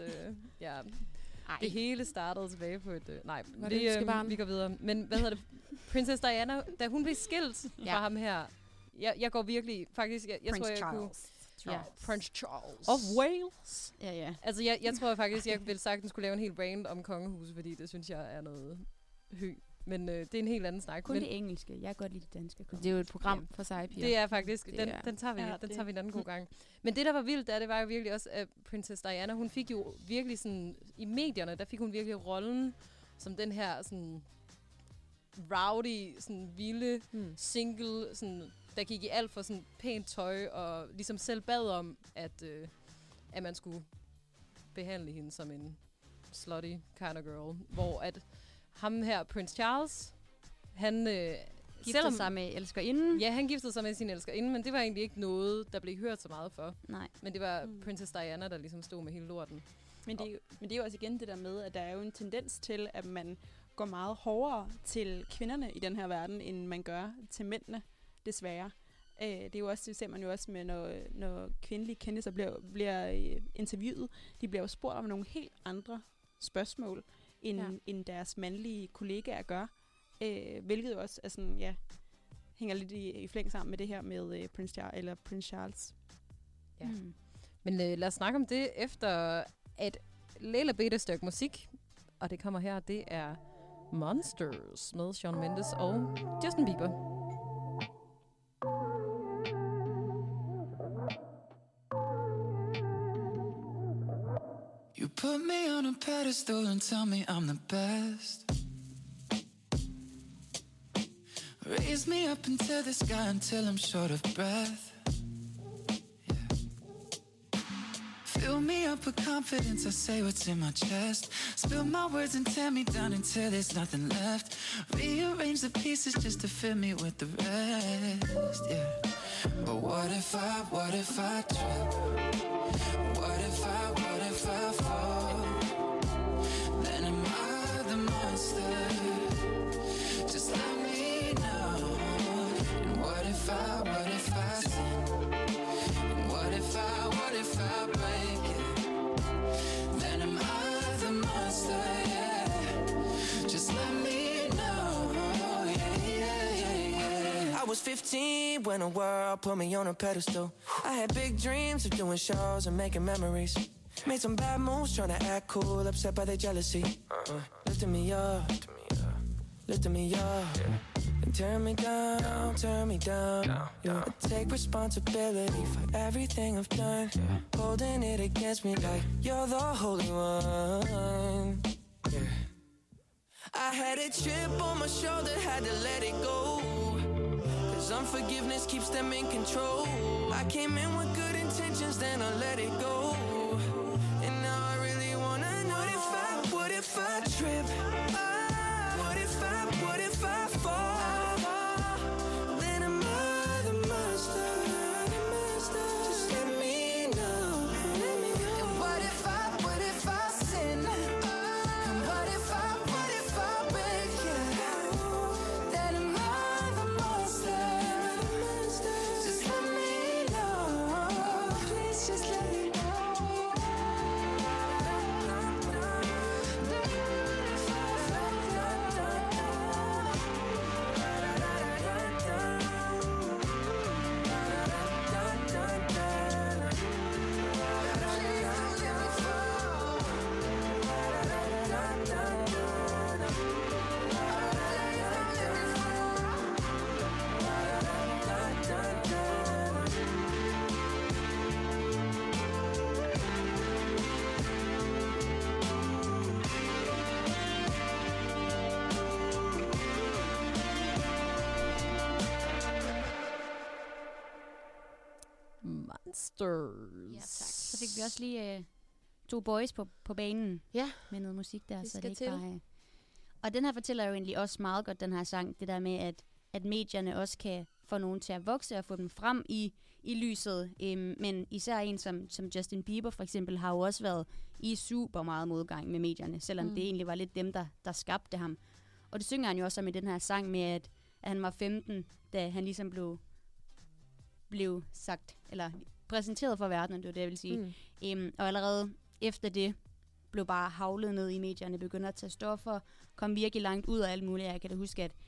det hele startede tilbage på et... vi går videre. Men hvad hedder det? Princess Diana, da hun blev skilt fra ham her jeg går virkelig, faktisk, jeg Prince tror, jeg Charles. kunne... Ja, Prince Charles. Of Wales. Ja, ja. Altså, jeg tror faktisk, jeg ville sagtens skulle lave en hel brand om kongehuset, fordi det synes jeg er noget hø. Men det er en helt anden snak. Kun Men det engelske. Jeg kan godt lide det danske. Det er jo et program for sig, piger. det er faktisk, Det den er- tager vi, Ja, den det- tager vi en anden god gang. Men det, der var vildt, det var jo virkelig også, at Princess Diana, hun fik jo virkelig sådan, i medierne, der fik hun virkelig rollen som den her sådan rowdy, sådan vilde single, sådan, der gik i alt for sådan pænt tøj, og ligesom selv bad om, at man skulle behandle hende som en slutty kind of girl. Hvor at ham her, Prince Charles, han... Gifter sig med elskerinden. Ja, han giftede sig med sin elskerinde, men det var egentlig ikke noget, der blev hørt så meget for. Nej. Men det var Princess Diana, der ligesom stod med hele lorten. Men det er jo også igen det der med, at der er jo en tendens til, at man går meget hårdere til kvinderne i den her verden, end man gør til mændene, desværre. Det er jo også, det ser man jo også med, når kvindelige kendiser bliver interviewet. De bliver jo spurgt om nogle helt andre spørgsmål, end deres mandlige kollegaer gør. Hvilket jo også er sådan, ja, hænger lidt i flæng sammen med det her med Prince Charles. Ja. Men lad os snakke om det efter et lille bitte stykke musik. Og det kommer her, det er Monsters med Shawn Mendes og Justin Bieber. You put me on a pedestal and tell me I'm the best. Raise me up into the sky until I'm short of breath. Yeah. Fill me up with confidence, I say what's in my chest. Spill my words and tear me down until there's nothing left. Rearrange the pieces just to fill me with the rest. Yeah. But what if I trip? What if I fall? Then am I the monster? Just let me know. And what if I sin? And what if I break it? Then am I the monster? Yeah. Just let me know. Yeah. I was 15 when the world put me on a pedestal. I had big dreams of doing shows and making memories. Made some bad moves trying to act cool, upset by their jealousy. Lifting me up, lifting me up. And turn me down. Yeah. I take responsibility for everything I've done. Holding it against me like you're the holy one. Yeah. I had a chip on my shoulder, had to let it go. Cause unforgiveness keeps them in control. I came in with good intentions, then I let it go. And now I really wanna know what if I trip? What if I fall? Then am I the monster? Just let me know. And what if I sin? And what if I break it? Then am I the monster? Just let me know. Please just let me know. Monsters. Ja, tak. Så fik vi også lige to boys på banen. Ja. Med noget musik der, Det så skal det ikke til. bare... Og den her fortæller jo egentlig også meget godt, den her sang. Det der med, at medierne også kan få nogen til at vokse og få dem frem i lyset. Men især en som Justin Bieber for eksempel har jo også været i super meget modgang med medierne. Selvom det egentlig var lidt dem, der skabte ham. Og det synger han jo også om i den her sang med, at han var 15, da han ligesom blev sagt, eller præsenteret for verden, det var det, jeg vil sige. Og allerede efter det blev bare havlet ned i medierne, begynder at tage stoffer, kom virkelig langt ud af alt muligt. Jeg kan da huske, at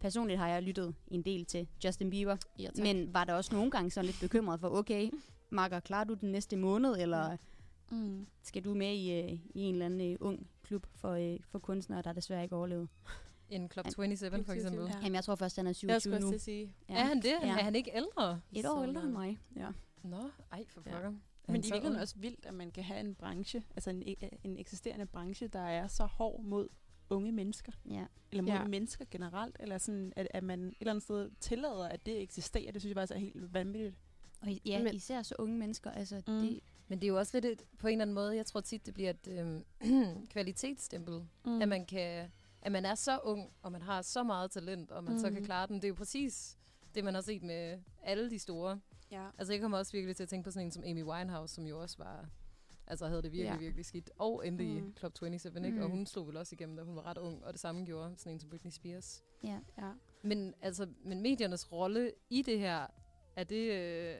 personligt har jeg lyttet en del til Justin Bieber. Ja, tak. Men var der også nogle gange sådan lidt bekymret for, okay, Marker, klarer du den næste måned, eller skal du med i en eller anden ung klub for kunstnere, der desværre ikke overlevet? En Club 27 for eksempel. Ja. Jamen, jeg tror først, han er Jeg 27 skulle nu. også til at sige. Ja. Er han det? Ja. Er han ikke ældre? Et år ældre end mig. Ja. Nå, ej for pokker. Men det er i virkeligheden også vildt, at man kan have en branche, altså en eksisterende branche, der er så hård mod unge mennesker. Ja. Eller mod Ja. mennesker generelt. Eller sådan, at man et eller andet sted tillader, at det eksisterer. Det synes jeg faktisk er helt vanvittigt. Og ja, Men- især så unge mennesker. Altså, Mm. det, Men det er jo også lidt på en eller anden måde, jeg tror tit, det bliver et kvalitetsstempel. At man er så ung, og man har så meget talent, og man så kan klare den. Det er jo præcis det, man har set med alle de store. Ja. Altså jeg kommer også virkelig til at tænke på sådan en som Amy Winehouse, som jo også var, altså havde det virkelig, Ja. virkelig skidt. Og endte i Club 27, ikke? Og Mm. hun slog vel også igennem, da hun var ret ung, og det samme gjorde sådan en som Britney Spears. ja. Ja. Men mediernes rolle i det her, er det,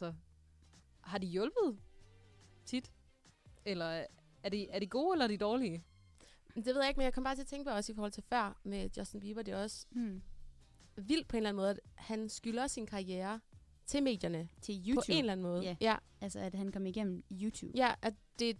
har de hjulpet tit? Eller er de gode, eller er de dårlige? Det ved jeg ikke, men jeg kom bare til at tænke på også i forhold til før med Justin Bieber. Det er også Hmm. vildt på en eller anden måde, at han skylder sin karriere til medierne. Til YouTube. På en eller anden måde. Ja. Ja, Altså, at han kom igennem YouTube. ja at det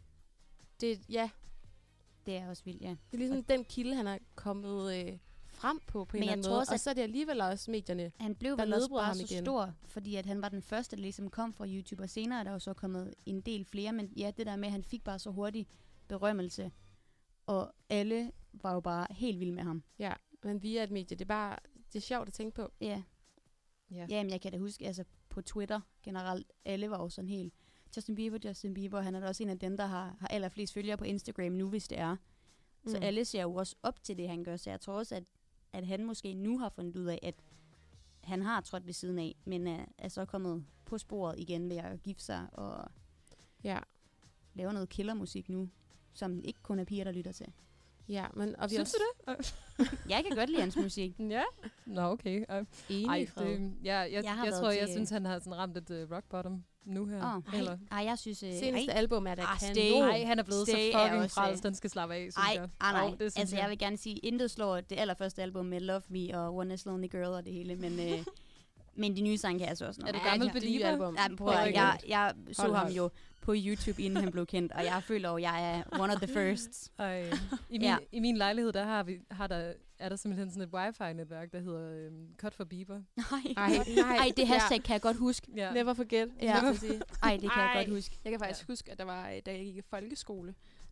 ja, Det er også vildt, ja. det er ligesom den kilde, han er kommet frem på en Men eller jeg anden tror måde. også, Og så er det alligevel også medierne. Han blev der vel også nedbryder bare ham så igen. stor, fordi at han var den første, der ligesom kom fra YouTube, og senere er der jo så kommet en del flere, men ja, det der med, at han fik bare så hurtig berømmelse, og alle var jo bare helt vilde med ham. Ja, men via et medie. Det er sjovt at tænke på. Ja. Ja, men jeg kan da huske, altså på Twitter generelt, alle var jo sådan helt, Justin Bieber, han er da også en af dem, der har allerflest følgere på Instagram nu, hvis det er. Så alle ser jo også op til det, han gør, så jeg tror også, at han måske nu har fundet ud af, at han har trådt ved siden af, men er så kommet på sporet igen ved at gifte sig og Ja, lave noget killermusik nu, som ikke kun er piger, der lytter til. ja, men og vi Synes også du det? Jeg kan godt lide hans musik. Ja. Nå, okay. enige, Fred. Jeg tror, jeg synes, han har sådan ramt et rock bottom nu her. Eller? Ej, jeg synes... Seneste album er der Stay. Nej, han er blevet Stay så er fucking også, frelst, den skal slappe af, synes jeg. Nej. Jo, det synes Altså, jeg vil gerne sige, intet slår det allerførste album med Love Me og One Is Lonely Girl og det hele, men de nye sange kan jeg altså også Er noget. du gammel det nye believer? album. Ja, men prøv at, jeg så Hold. ham jo på YouTube, inden han blev kendt, og jeg føler jo, jeg er one of the first. Ej. Ja. I min lejlighed, der er der simpelthen sådan et wifi-netværk, der hedder Cut for Bieber. Ej, det hashtag kan jeg godt huske. Ja. Never forget. Ja. Jeg skulle sige. Ej, det kan jeg godt huske. Jeg kan faktisk huske, at der var, da jeg gik i folkeskole,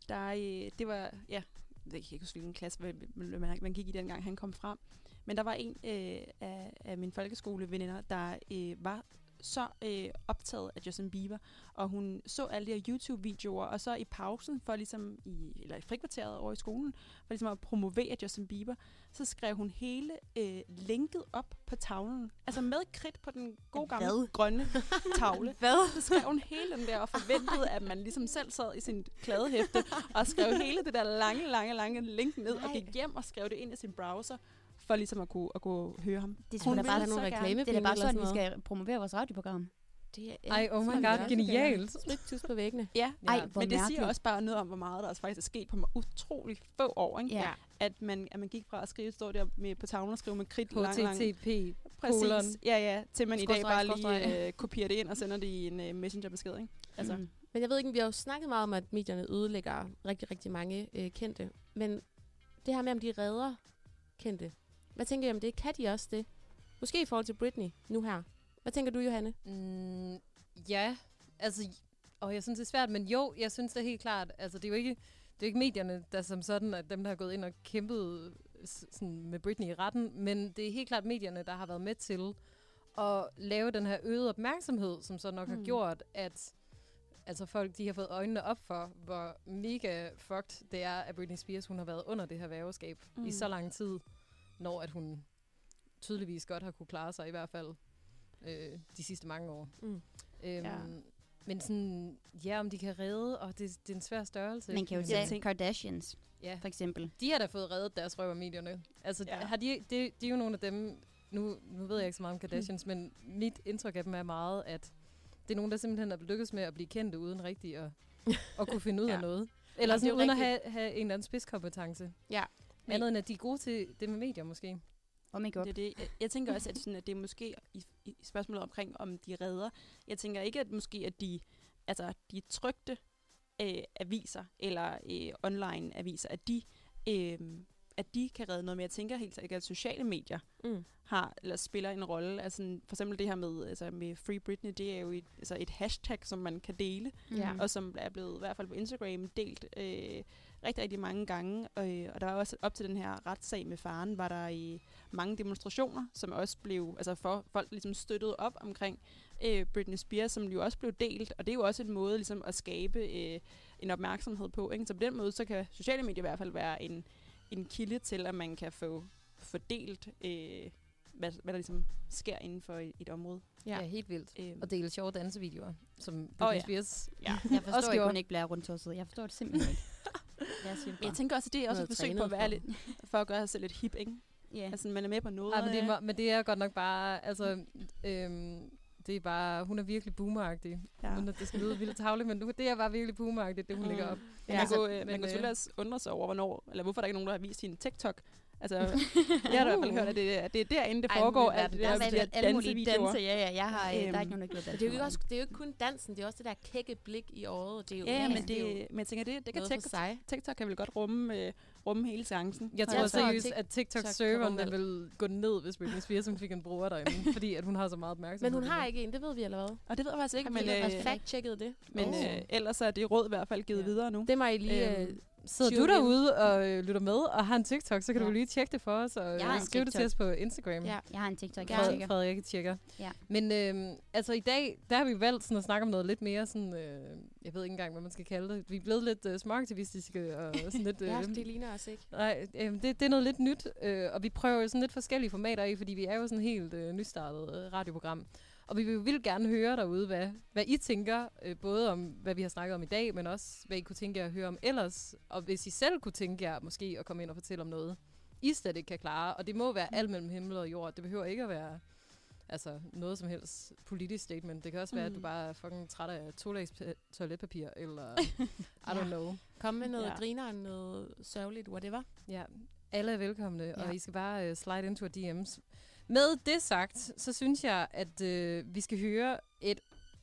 det var, ja, jeg kan ikke huske, hvilken klasse man gik i dengang, han kom frem. Men der var en af mine folkeskoleveninder, der var så optaget af Justin Bieber, og hun så alle de her YouTube-videoer, og så i pausen, eller i frikvarteret over i skolen, for ligesom at promovere Justin Bieber, så skrev hun hele linket op på tavlen. Altså med kridt på den gode gamle grønne tavle. Så skrev hun hele den der, og forventede, at man ligesom selv sad i sin kladehæfte, og skrev hele det der lange link ned, og gik hjem og skrev det ind i sin browser, for ligesom at kunne høre ham. Det Hun er vil bare have nogle reklamepenge det er da bare eller sådan, vi sådan skal promovere vores radioprogram. Det er, Ej, oh my sådan god, er det. genialt. Sprittus på væggene. Ja, Ej, hvor men det mærkeligt. siger også bare noget om, hvor meget der også faktisk er sket på utrolig få år, ikke? Ja. At man gik fra at stå der på tavlen og skrive med kridt lang. HTTP. Præcis. Ja, til man i dag bare Skråstreg. lige kopierer det ind og sender det i en messengerbesked, ikke? Altså, Mm. Men jeg ved ikke, vi har jo snakket meget om, at medierne ødelægger rigtig, rigtig mange kendte. Men det her med, om de redder kendte. Hvad tænker I om det? Kan de også det? Måske i forhold til Britney nu her. Hvad tænker du, Johanne? Ja, altså, jeg synes, det er svært, men jo, jeg synes det er helt klart, altså, det er jo ikke medierne, der som sådan, at dem, der har gået ind og kæmpet sådan, med Britney i retten, men det er helt klart medierne, der har været med til at lave den her øgede opmærksomhed, som så nok har gjort, at altså folk, de har fået øjnene op for, hvor mega fucked det er, at Britney Spears, hun har været under det her værgeskab i så lang tid, når at hun tydeligvis godt har kunne klare sig, i hvert fald de sidste mange år. Men sådan, ja, om de kan redde, og det er en svær størrelse. Man kan jo tage Kardashians, for eksempel. De har da fået reddet deres røv af medierne. Altså, har de er jo nogle af dem, nu ved jeg ikke så meget om Kardashians, men mit indtryk af dem er meget, at det er nogen, der simpelthen er lykkedes med at blive kendte uden rigtig at kunne finde ud af noget. Eller sådan, uden at have en eller anden spidskompetence. Ja. Andet end, at de er gode til det med medier, måske. Og make-up. Det er det. Jeg tænker også, at det er måske i spørgsmålet omkring, om de redder. Jeg tænker ikke, at måske at de trykte aviser eller online aviser, at de kan redde noget, men jeg tænker helt sikkert, at sociale medier har eller spiller en rolle. Altså, for eksempel det her med Free Britney, det er jo et hashtag, som man kan dele, og som er blevet i hvert fald på Instagram delt rigtig, rigtig mange gange. Og der var også op til den her retssag med faren, var der mange demonstrationer, som også blev, altså for folk ligesom støttede op omkring Britney Spears, som jo også blev delt, og det er jo også en måde ligesom at skabe en opmærksomhed på, ikke? Så på den måde, så kan sociale medier i hvert fald være en kilde til, at man kan få fordelt, hvad der ligesom sker inden for et område. Ja, helt vildt. Og dele sjove dansevideoer, som Britney Spears. Ja. Jeg forstår ikke, hun ikke bliver rundtosset. Jeg forstår det simpelthen ikke. Jeg tænker også, at det er også et forsøg på at være lidt, for at gøre sig lidt hip, ikke? Yeah. Altså, man er med på noget. Men det er godt nok bare, altså, det er bare, hun er virkelig boomeragtig. Det skal lyde vildt tavligt, men det er bare virkelig boomeragtigt, det hun lægger op. Man kan selvfølgelig også undre sig over, hvorfor der ikke er nogen, der har vist sin TikTok. Altså, jeg har i hvert fald hørt, at det er derinde, det foregår, at det er de her dansevideoer. Der er ikke nogen, der ikke det er jo ikke kun dansen, det er også det der kække blik i øjet. Det er jo, men jeg tænker, det kan TikTok kan vel godt rumme hele chancen. Jeg tror seriøst, at TikTok-serveren vil gå ned, hvis Britney Spears fik en bruger derinde, fordi at hun har så meget opmærksomhed. Men hun har ikke en, det ved vi eller hvad? Og det ved jeg faktisk ikke, men jeg har fact-checket det. Men ellers er det råd i hvert fald givet videre nu. Det må I lige... Sidder du derude og lytter med og har en TikTok, så kan du lige tjekke det for os og skrive det til os på Instagram. Ja. Jeg har en TikTok. Frederik tjekker. Ja. Men altså i dag, der har vi valgt sådan at snakke om noget lidt mere sådan, jeg ved ikke engang, hvad man skal kalde det. Vi er blevet lidt småaktivistiske og sådan lidt... det ligner os ikke. Nej, det er noget lidt nyt, og vi prøver jo sådan lidt forskellige formater i, fordi vi er jo sådan helt nystartet radioprogram. Og vi vil jo vildt gerne høre derude, hvad I tænker, både om, hvad vi har snakket om i dag, men også, hvad I kunne tænke jer at høre om ellers. Og hvis I selv kunne tænke jer måske at komme ind og fortælle om noget, I slet ikke kan klare. Og det må være alt mellem himmel og jord. Det behøver ikke at være noget som helst politisk statement. Det kan også være, at du bare er fucking træt af 2-lags toiletpapir, eller I don't know. Kom med noget grineren, noget sørgeligt, whatever. Ja, alle er velkomne, og I skal bare slide into DM's. Med det sagt, så synes jeg, at vi skal høre et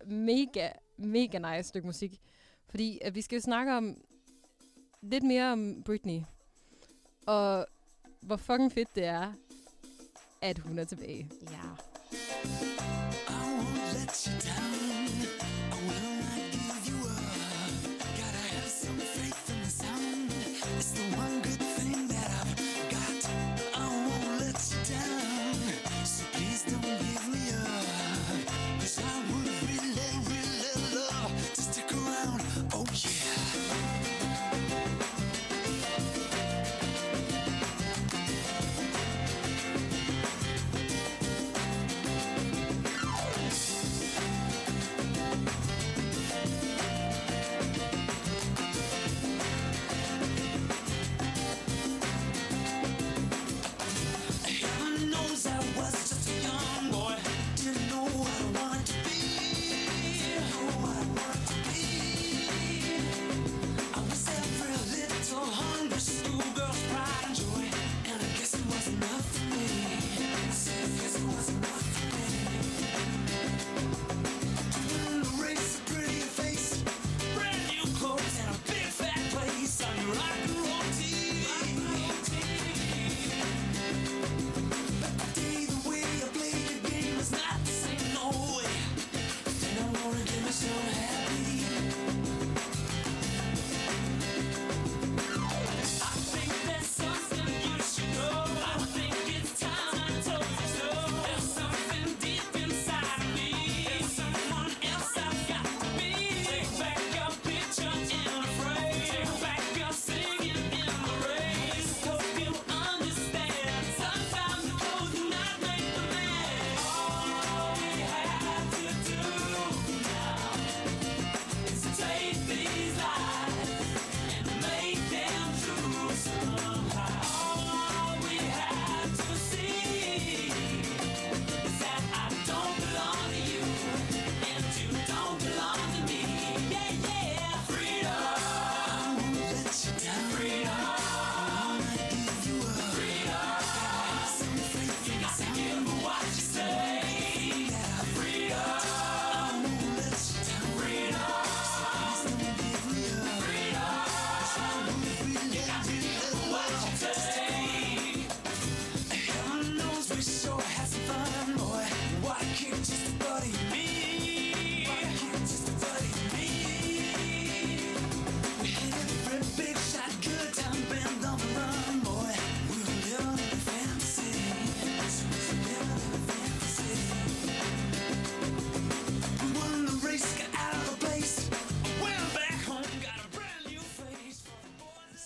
mega nice stykke musik. Fordi at vi skal snakke om lidt mere om Britney. Og hvor fucking fedt det er, at hun er tilbage. Ja.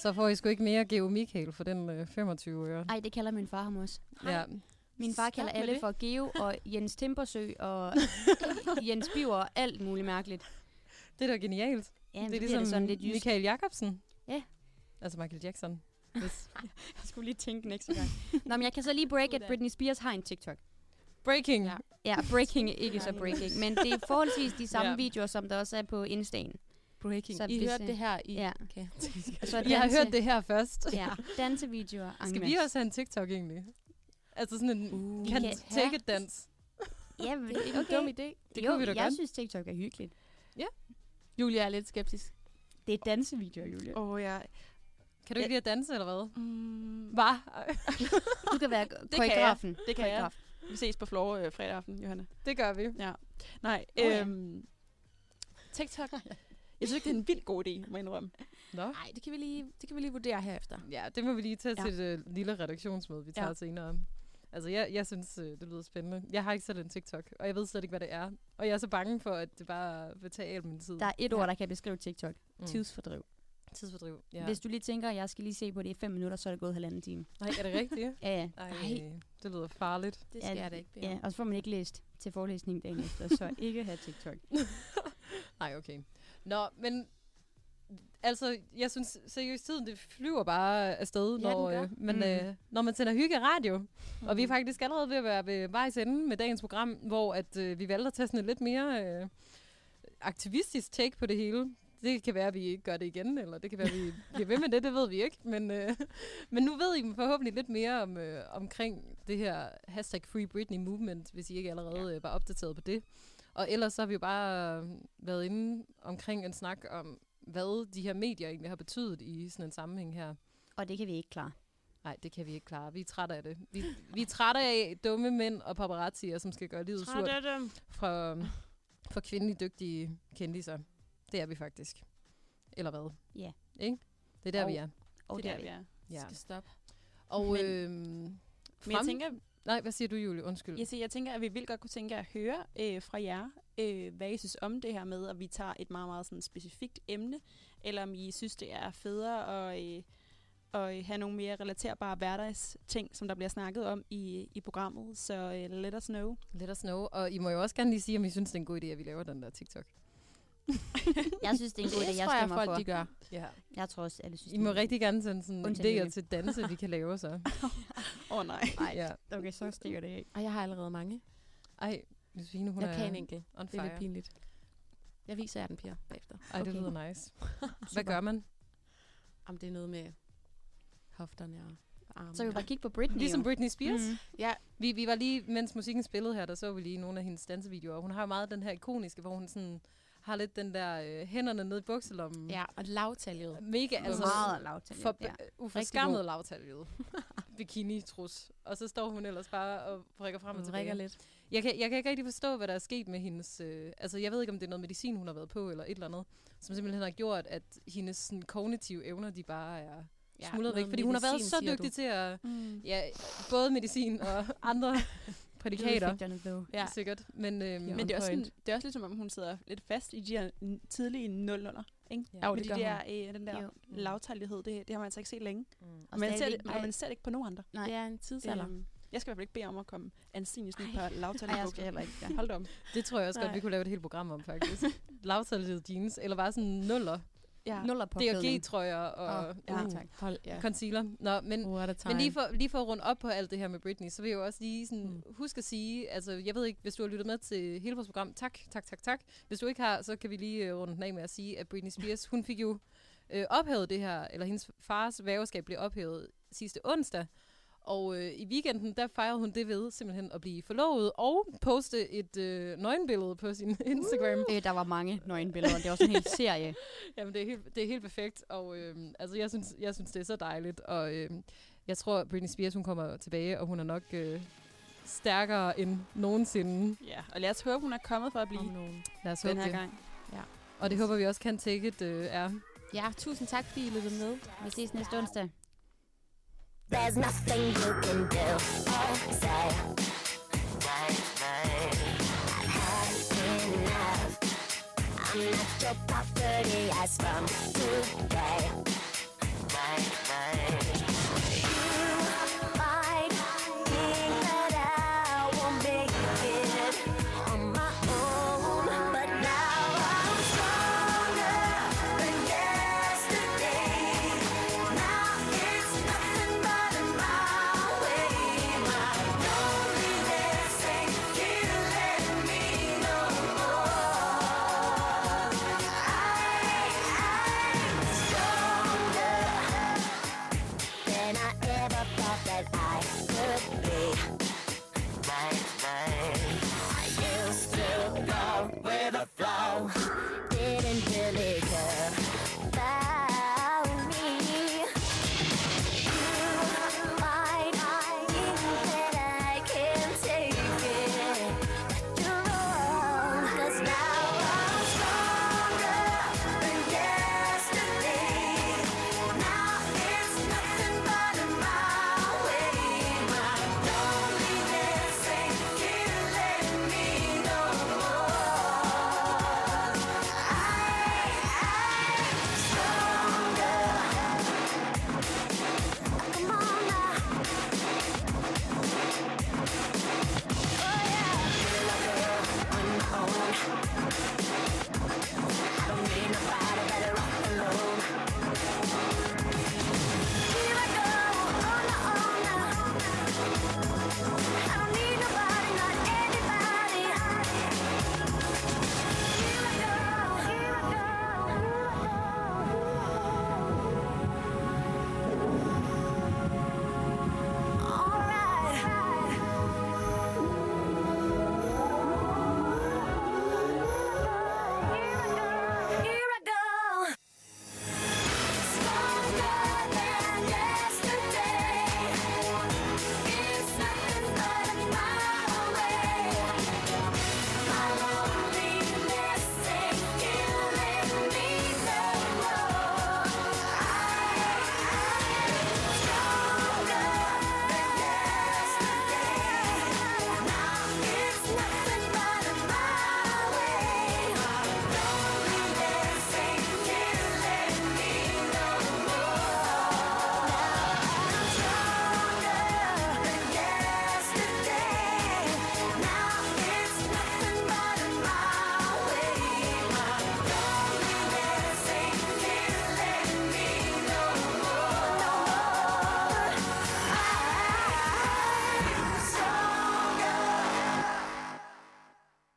Så får I sgu ikke mere Geo Michael for den 25 øre. Ej, det kalder min far ham også. Ja. Min far kalder med alle det. for Geo og Jens Timbersø og Jens Biver og alt muligt mærkeligt. Det er da genialt. Ja, det er bliver ligesom sådan lidt jysk. Michael Jacobsen. Ja. Altså Michael Jackson. Hvis. Jeg skulle lige tænke den ekstra gang. Nå, men jeg kan så lige break, at Britney Spears har en TikTok. Breaking. Ja. Ja, breaking er ikke så breaking, men det er forholdsvis de samme Ja. videoer, som der også er på Insta'en. Breaking. Så I hvis, hørte det her i... Ja. Okay. Så Jeg har hørt det her først. Ja, dansevideoer. Skal vi også have en TikTok egentlig? Altså sådan en kan kan take it dans. Ja, men Det er ikke en dum idé. Det jo, kunne vi da jeg godt. synes TikTok er hyggeligt. Julia er lidt skeptisk. Det er dansevideoer, Julia. Ja. Kan du ikke lide at danse, eller hvad? Mm, Hvad? Du kan være kan koreografen. det kan jeg. Vi ses på floor fredag aften, Johanna. Det gør vi. Ja. Nej, ja. TikTok. Jeg synes ikke, det er en vildt god idé, må jeg indrømme. Nå. Nej, det kan vi lige vurdere herefter. Ja, det må vi lige tage Ja. til et lille redaktionsmøde, vi tager senere. Altså, jeg synes, det lyder spændende. Jeg har ikke selv en TikTok, og jeg ved slet ikke, hvad det er. Og jeg er så bange for, at det bare vil tage al min tid. Der er et ord, der kan beskrive TikTok. Tidsfordriv. Tidsfordriv, ja. Hvis du lige tænker, at jeg skal lige se på det i 5 minutter, så er det gået 1,5 time. Nej, er det rigtigt? Ja, ja. Ej, det lyder farligt. Det skal jeg da ikke bede Ja, om. og så får man ikke læst til forelæsning dagen efter, så ikke have TikTok. Nej, okay. Nå, men altså, jeg synes seriøst, tiden det flyver bare afsted, Ja, når, den når man sender hygge radio. Og vi er faktisk allerede ved at være ved vejs ende med dagens program, hvor at, vi valgte at tage sådan et lidt mere aktivistisk take på det hele. Det kan være, at vi ikke gør det igen, eller det kan være, at vi bliver ved med det ved vi ikke. Men nu ved I forhåbentlig lidt mere omkring det her #Free Britney movement, hvis I ikke allerede var opdateret på det. Og ellers så har vi jo bare været inde omkring en snak om, hvad de her medier egentlig har betydet i sådan en sammenhæng her. Og det kan vi ikke klare. Nej, det kan vi ikke klare. Vi er trætte af det. Vi er trætte af dumme mænd og paparazzier, som skal gøre livet surt for kvindelige dygtige kendiser. Det er vi faktisk. Eller hvad? Ja. Ikke? Det er der, vi er. Og Det er der, vi er. Ja. Skal stoppe. Og Men jeg tænker, Nej, hvad siger du, Julie? Undskyld. jeg tænker, at vi vil godt kunne tænke at høre fra jer, hvad I synes om det her med, at vi tager et meget, meget sådan specifikt emne, eller om I synes, det er federe at have nogle mere relaterbare hverdagsting, som der bliver snakket om i programmet. Så let us know. Let us know. Og I må jo også gerne lige sige, om I synes, det er en god idé, at vi laver den der TikTok. Jeg synes, det er en god idé, Det jeg tror jeg, stemmer folk for. de gør. Ja. Jeg tror også, alle synes, I må rigtig gerne sende sådan Undtagen idéer Julie. til danse, vi kan lave så. Nej. Ja. Okay, så stikker det af. Og jeg har allerede mange. Ej, Josefine, hun Jeg er kan en enkelt. on Det er lidt fire. pinligt. Jeg viser jer den, Pia, bagefter. Ej, det Okay. lyder nice. Hvad gør man? Om det er noget med hofterne og armene. Så kan vi bare kigge på Britney. Ligesom jo. Britney Spears. Mhm. Ja, Vi var lige, mens musikken spillede her, der så vi lige nogle af hendes dansevideoer. Hun har jo meget den her ikoniske, hvor hun sådan har lidt den der hænderne nede i bukselommen. ja, og lavtaljet. Mega, altså Meget lavt. for Ja. uforskammet lavtaljet. Bikini-trus. Og så står hun ellers bare og vrikker frem og Hun tilbage. drikker lidt. Jeg kan ikke rigtig forstå, hvad der er sket med hendes... altså, jeg ved ikke, om det er noget medicin, hun har været på, eller et eller andet, som simpelthen har gjort, at hendes sådan, kognitive evner, de bare er smuldret væk. Fordi hun har været så dygtig til at... Ja, både medicin og andre prædikater. Ja. Sikkert. Men Men det er, også sådan, det er også ligesom, om hun sidder lidt fast i de her tidlige nuller, ikke? Ja. Jo, Med det de gør der, den der Jo. lavtallighed, det har man altså ikke set længe. Og Og man ser, stadigvæk- det, og man ser det ikke på nogen andre. Nej. Det er en tidsalder. Jeg skal i hvert fald ikke bede om at komme anstigende sådan et par Nej, jeg lavtallige skal heller ikke. Ja. Hold da om. det tror jeg også godt, vi kunne lave et helt program om, faktisk. Lavtaljet jeans, eller bare sådan nuller. Ja. Nuller på DRG-trøjer og tak. Hold, ja. concealer. Nå, men What a time. Men lige for at runde op på alt det her med Britney, så vil jeg jo også lige sådan, husk at sige, altså jeg ved ikke, hvis du har lyttet med til hele vores program, tak. Hvis du ikke har, så kan vi lige runde den af med at sige, at Britney Spears, hun fik jo ophævet det her, eller hendes fars værgeskab blev ophævet sidste onsdag, og i weekenden, der fejrede hun det ved simpelthen at blive forlovet og poste et nøgenbillede på sin Instagram. Der var mange nøgenbilleder. Det var sådan en hel serie. Jamen, det er helt perfekt, og altså, jeg synes, det er så dejligt, og jeg tror, Britney Spears, hun kommer tilbage, og hun er nok stærkere end nogensinde. Ja, og lad os håbe, hun er kommet for at blive Lad os den håbe her det. gang. Og det håber vi også kan take it er. Ja, tusind tak, fordi I lyttede med. Vi ses næste onsdag. There's nothing you can do or say. I've had enough. I'm not your property as from today. night.